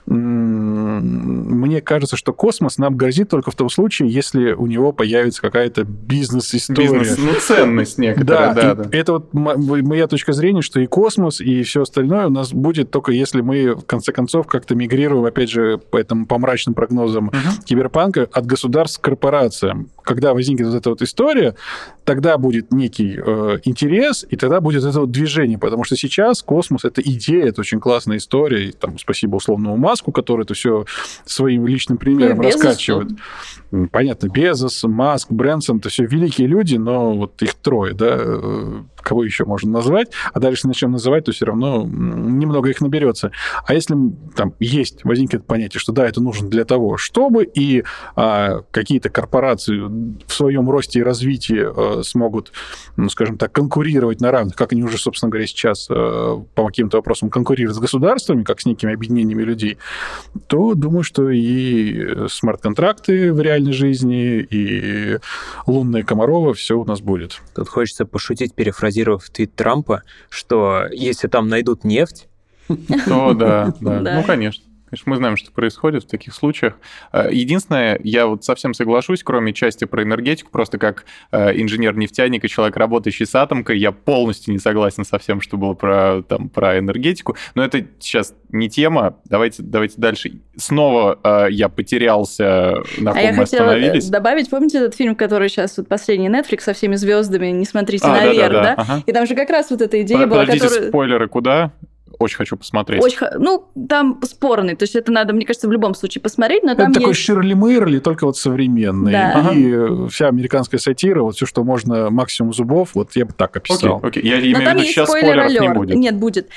Мне кажется, что космос нам грозит только в том случае, если у него появится какая-то бизнес-история. Бизнес, ну, ценность некоторая, да. да, да. Это вот моя точка зрения, что и космос, и все остальное у нас будет только если мы, в конце концов, как-то мигрируем, опять же, по этому по мрачным прогнозам uh-huh. киберпанка, от государств к корпорациям. Когда возникнет вот эта вот история, тогда будет некий э, интерес, и тогда будет это вот движение, потому что сейчас космос — это идея, это очень классная история, и, там, спасибо условному Маску, который это все своим личным примером раскачивает. Понятно, Безос, Маск, Брэнсон — это все великие люди, но вот их трое, да, кого еще можно назвать, а дальше начнем называть, то все равно немного их наберется. А если там есть, возникнет понятие, что да, это нужно для того, чтобы, и а, какие-то корпорации в своем росте и развитии а, смогут, ну, скажем так, конкурировать на равных, как они уже, собственно говоря, сейчас а, по каким-то вопросам конкурируют с государствами, как с некими объединениями людей, то думаю, что и смарт-контракты в реальной жизни, и лунная Комарова, все у нас будет. Тут хочется пошутить, перефразировав твит Трампа, что если там найдут нефть... То да, да. Ну, конечно. Конечно, мы знаем, что происходит в таких случаях. Единственное, я вот совсем соглашусь, кроме части про энергетику, просто как инженер-нефтяник и человек, работающий с атомкой, я полностью не согласен со всем, что было про, там, про энергетику. Но это сейчас не тема. Давайте, давайте дальше. Снова э, я потерялся, на ком а мы остановились. Я хотела добавить, помните этот фильм, который сейчас вот последний Netflix со всеми звездами «Не смотрите а, наверх», да? да, да? Ага. И там же как раз вот эта идея Под, была, подождите, которая... спойлеры куда? Очень хочу посмотреть. Очень, ну, там спорный, то есть это надо, мне кажется, в любом случае посмотреть, но там это есть... такой Ширли Мырли, только вот современный. Да. И ага. вся американская сатира, вот все, что можно, максимум зубов, вот я бы так описал. Окей, окей. Я имею в виду, сейчас спойлеров не будет. Нет, будет.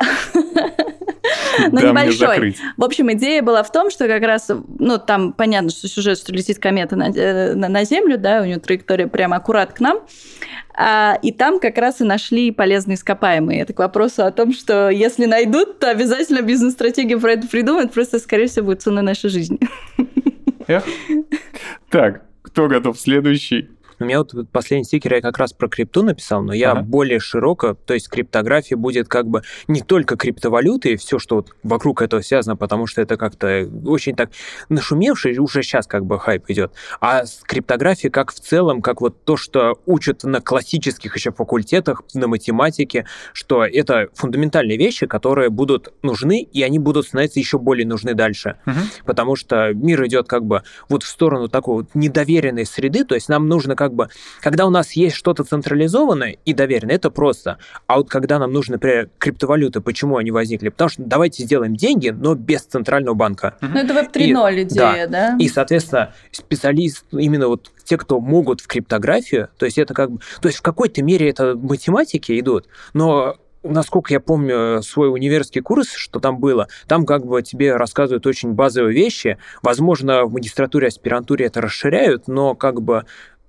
Но небольшой. В общем, идея была в том, что как раз, ну, там понятно, что сюжет, что летит комета на, на, на Землю, да, у нее траектория прямо аккурат к нам, а, и там как раз и нашли полезные ископаемые. Это к вопросу о том, что если найдут, то обязательно бизнес-стратегию про это придумают, просто, скорее всего, будет цена нашей жизни. Эх. Так, кто готов следующий? У меня вот последний стикер я как раз про крипту написал, но я ага. более широко, то есть криптография будет как бы не только криптовалюты и все, что вот вокруг этого связано, потому что это как-то очень так нашумевший, уже сейчас как бы хайп идет, а криптография как в целом, как вот то, что учат на классических еще факультетах, на математике, что это фундаментальные вещи, которые будут нужны, и они будут становиться еще более нужны дальше, угу. потому что мир идет как бы вот в сторону такой вот недоверенной среды, то есть нам нужно как как бы, когда у нас есть что-то централизованное и доверенное, это просто. А вот когда нам нужны, например, криптовалюты, почему они возникли? Потому что давайте сделаем деньги, но без центрального банка. Ну, это веб три ноль идея, да. да? И, соответственно, специалист, именно вот те, кто могут в криптографию, то есть это как бы... То есть в какой-то мере это математики идут, но... Насколько я помню свой универский курс, что там было, там как бы тебе рассказывают очень базовые вещи. Возможно, в магистратуре, аспирантуре это расширяют, но как бы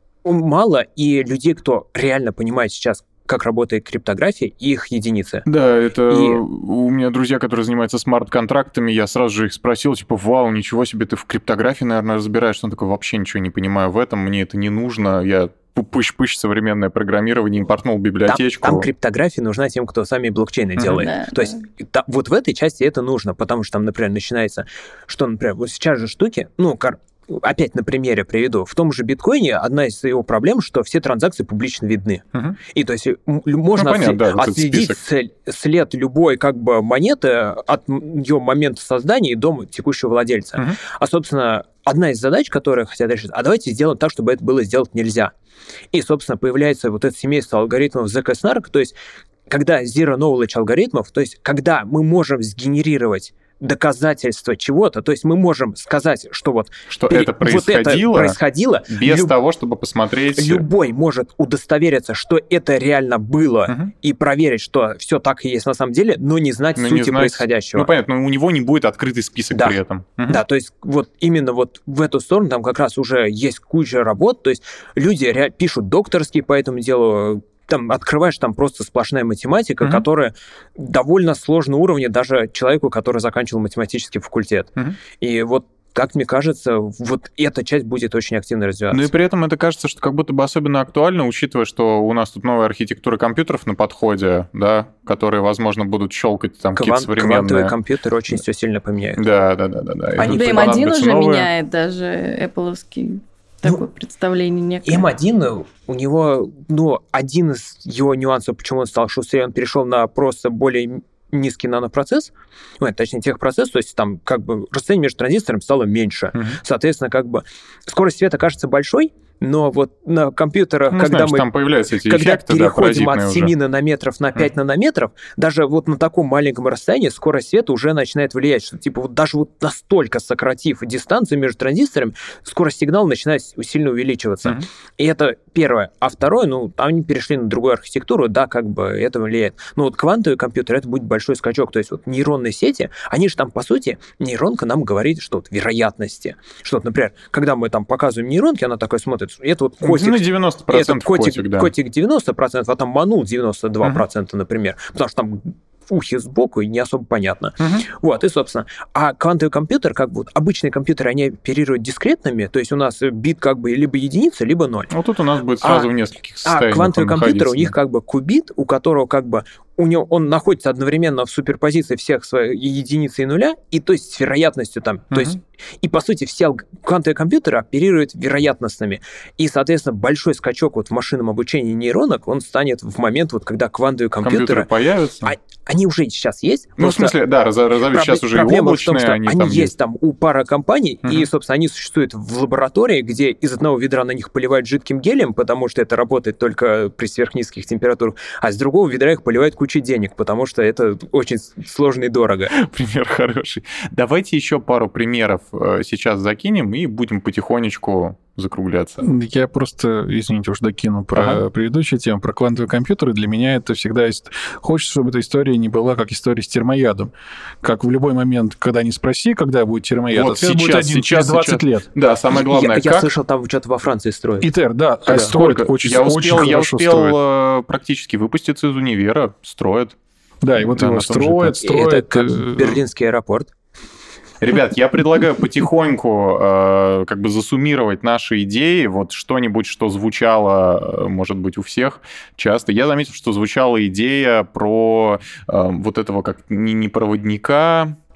мало, и людей, кто реально понимает сейчас, как работает криптография, и их единицы. Да, это и... у меня друзья, которые занимаются смарт-контрактами, я сразу же их спросил, типа, вау, ничего себе, ты в криптографии, наверное, разбираешься. Он такой, вообще ничего не понимаю в этом, мне это не нужно, я... пыщ-пыщ, современное программирование, импортнул библиотечку. Там, там криптография нужна тем, кто сами блокчейны mm-hmm. делает. Да, То да. есть та, вот в этой части это нужно, потому что там, например, начинается, что, например, вот сейчас же штуки, ну, кар... опять на примере приведу, в том же биткоине одна из его проблем, что все транзакции публично видны. Uh-huh. И то есть можно ну, понятно, отслед... да, отследить след любой как бы монеты от ее момента создания до текущего владельца. Uh-huh. А, собственно, одна из задач, которые хотят решить, а давайте сделаем так, чтобы это было сделать нельзя. И, собственно, появляется вот это семейство алгоритмов зет кей снарк, то есть когда zero knowledge алгоритмов, то есть когда мы можем сгенерировать доказательства чего-то, то есть мы можем сказать, что вот, что пере... это, происходило, вот это происходило без люб... того, чтобы посмотреть... Любой может удостовериться, что это реально было, угу. и проверить, что все так и есть на самом деле, но не знать но сути не знать... происходящего. Ну, понятно, но у него не будет открытый список да. при этом. Угу. Да, то есть вот именно вот в эту сторону там как раз уже есть куча работ, то есть люди ре... пишут докторские по этому делу, там открываешь, там просто сплошная математика, uh-huh. которая довольно сложного уровня даже человеку, который заканчивал математический факультет. Uh-huh. И вот как мне кажется, вот эта часть будет очень активно развиваться. Ну и при этом это кажется, что как будто бы особенно актуально, учитывая, что у нас тут новая архитектура компьютеров на подходе, да, которые, возможно, будут щелкать там Квант, какие-то современные... Квантовые компьютеры очень все сильно поменяют. Да, да, да, да. да. Они да эм один уже новые... меняет даже Apple-овский... Такое ну, представление некое. эм один, у него, ну, один из его нюансов, почему он стал шустрее, он перешел на просто более низкий нанопроцесс, ну, точнее, техпроцесс, то есть там как бы расстояние между транзисторами стало меньше. Uh-huh. Соответственно, как бы скорость света кажется большой, но вот на компьютерах, ну, когда знаешь, мы, там появляются эти когда эффекты, переходим да, от семи уже. нанометров на пять mm. нанометров, даже вот на таком маленьком расстоянии скорость света уже начинает влиять, что типа вот даже вот настолько сократив дистанцию между транзисторами, скорость сигнала начинает сильно увеличиваться. Mm-hmm. И это первое. А второе, ну, они перешли на другую архитектуру, да, как бы это влияет. Но вот квантовый компьютер, это будет большой скачок. То есть вот нейронные сети, они же там, по сути, нейронка нам говорит, что вот вероятности. Что, вот, например, когда мы там показываем нейронки, она такая смотрит, это вот котик... Ну, девяносто процентов котик, котик, да. Котик девяносто процентов, а там манул девяносто два процента, uh-huh. например. Потому что там ухи сбоку, и не особо понятно. Uh-huh. Вот, и, собственно, а квантовый компьютер, как бы, вот, обычные компьютеры, они оперируют дискретными, то есть у нас бит как бы либо единица, либо ноль. Вот тут у нас будет сразу а, в нескольких состояниях. А квантовый компьютер, у них как бы кубит, у которого как бы у него, он находится одновременно в суперпозиции всех своих единиц и нуля, и то есть с вероятностью там, uh-huh. то есть, и по сути все квантовые компьютеры оперируют вероятностными, и, соответственно, большой скачок вот в машинном обучении нейронок, он станет в момент, вот когда квантовые компьютеры... Компьютеры появятся? А, они уже сейчас есть. Ну, в смысле, да, разовьют проб... сейчас уже и облачные, в том, что они, они там есть, есть там у пары компаний, uh-huh. и, собственно, они существуют в лаборатории, где из одного ведра на них поливают жидким гелием, потому что это работает только при сверхнизких температурах, а с другого ведра их поливают кучей денег, потому что это очень сложно и дорого. Пример хороший. Давайте еще пару примеров сейчас закинем и будем потихонечку закругляться. Я просто, извините, уж докину про ага. предыдущую тему, про квантовые компьютеры. Для меня это всегда есть... Хочется, чтобы эта история не была как история с термоядом. Как в любой момент, когда не спроси, когда будет термояд, вот сейчас, будет один, сейчас, через двадцать сейчас. Лет. Да, самое главное, я, как... Я слышал, там что-то во Франции строят. ИТЕР, да. да. Строят очень, я успел, очень я хорошо успел строят. практически выпуститься из универа, строят. Да, и вот да, его строят, строят. Это как Берлинский аэропорт. Ребят, я предлагаю потихоньку э, как бы засуммировать наши идеи, вот что-нибудь, что звучало, может быть, у всех часто. Я заметил, что звучала идея про э, вот этого как не, не проводника,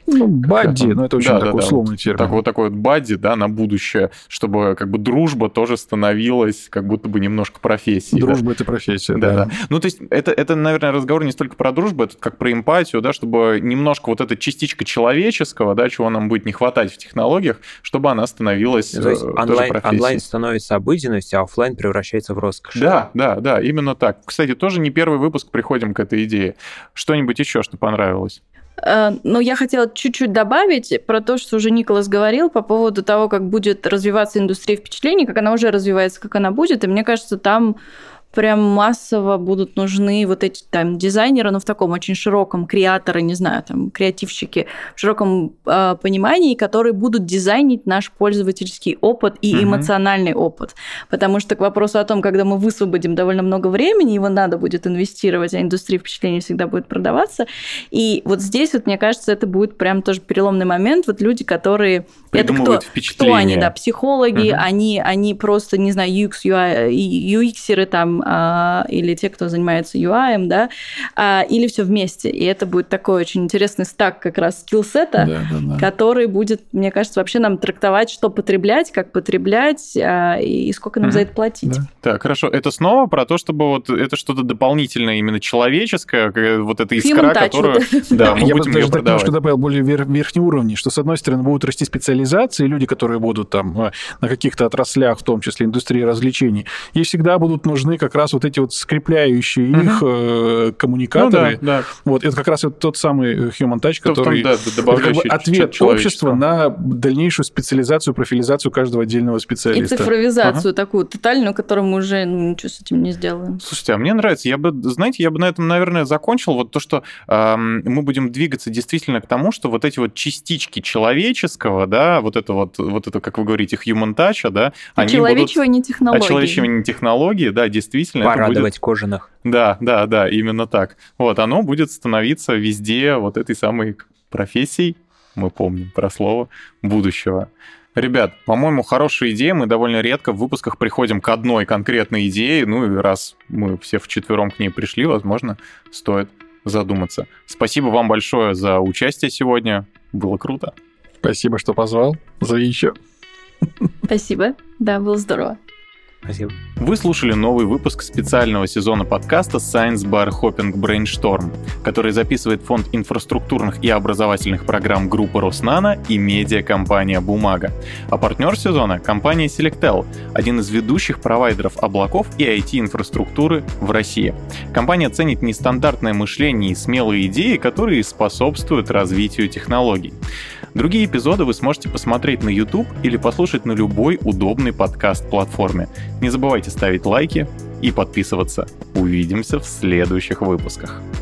Ну, бадди, ну это очень да, такой да, условный да, термин. Так, вот такой вот бадди, да, на будущее, чтобы как бы дружба тоже становилась как будто бы немножко профессией. Дружба да? — это профессия, да, да. да. Ну, то есть это, это, наверное, разговор не столько про дружбу, это как про эмпатию, да, чтобы немножко вот эта частичка человеческого, да, чего нам будет не хватать в технологиях, чтобы она становилась то есть тоже онлайн, профессией. онлайн становится обыденностью, а офлайн превращается в роскошь. Да, да, да, именно так. Кстати, тоже не первый выпуск приходим к этой идее. Что-нибудь еще, что понравилось? Ну, я хотела чуть-чуть добавить про то, что уже Николас говорил по поводу того, как будет развиваться индустрия впечатлений, как она уже развивается, как она будет. И мне кажется, там прям массово будут нужны вот эти там дизайнеры, но в таком очень широком, креаторы, не знаю, там креативщики в широком э, понимании, которые будут дизайнить наш пользовательский опыт и uh-huh. эмоциональный опыт. Потому что к вопросу о том, когда мы высвободим довольно много времени, его надо будет инвестировать, а индустрия впечатлений всегда будет продаваться. И вот здесь вот, мне кажется, это будет прям тоже переломный момент. Вот люди, которые... Это кто? Кто они, да, психологи, uh-huh. они, они просто, не знаю, ю экс, ю ай, ю эксеры там, или те, кто занимается ю ай, да, или все вместе. И это будет такой очень интересный стак как раз скиллсета, да, да, да. который будет, мне кажется, вообще нам трактовать, что потреблять, как потреблять и сколько нам mm-hmm. за это платить. Да. Так, хорошо. Это снова про то, чтобы вот это что-то дополнительное, именно человеческое, вот эта искра, которую да, мы Я будем бы ее даже продавать. немножко добавил более вер- верхний уровень, что, с одной стороны, будут расти специализации, люди, которые будут там на каких-то отраслях, в том числе индустрии развлечений, и всегда будут нужны как раз вот эти вот скрепляющие uh-huh. их э, коммуникаторы. Ну, да, да. Вот, это как раз вот тот самый human touch, который да, как бы ответ общества на дальнейшую специализацию, профилизацию каждого отдельного специалиста. И цифровизацию uh-huh. такую тотальную, которую мы уже ну, ничего с этим не сделаем. Слушайте, а мне нравится. Я бы, знаете, я бы на этом, наверное, закончил. Вот то, что э, мы будем двигаться действительно к тому, что вот эти вот частички человеческого, да, вот это вот, вот это, как вы говорите, human touch, да, они человечивание будут... технологии. Очеловечивание технологии, да, действительно. Порадовать будет... кожаных. Да, да, да, именно так. Вот, оно будет становиться везде вот этой самой профессией, мы помним про слово, будущего. Ребят, по-моему, хорошая идея. Мы довольно редко в выпусках приходим к одной конкретной идее. Ну и раз мы все вчетвером к ней пришли, возможно, стоит задуматься. Спасибо вам большое за участие сегодня. Было круто. Спасибо, что позвал. Зови еще. Спасибо. Да, было здорово. Спасибо. Вы слушали новый выпуск специального сезона подкаста Science Bar Hopping Brainstorm, который записывает фонд инфраструктурных и образовательных программ группы Роснано и медиакомпания «Бумага». А партнер сезона — компания Selectel, один из ведущих провайдеров облаков и ай ти-инфраструктуры в России. Компания ценит нестандартное мышление и смелые идеи, которые способствуют развитию технологий. Другие эпизоды вы сможете посмотреть на YouTube или послушать на любой удобной подкаст-платформе. Не забывайте ставить лайки и подписываться. Увидимся в следующих выпусках.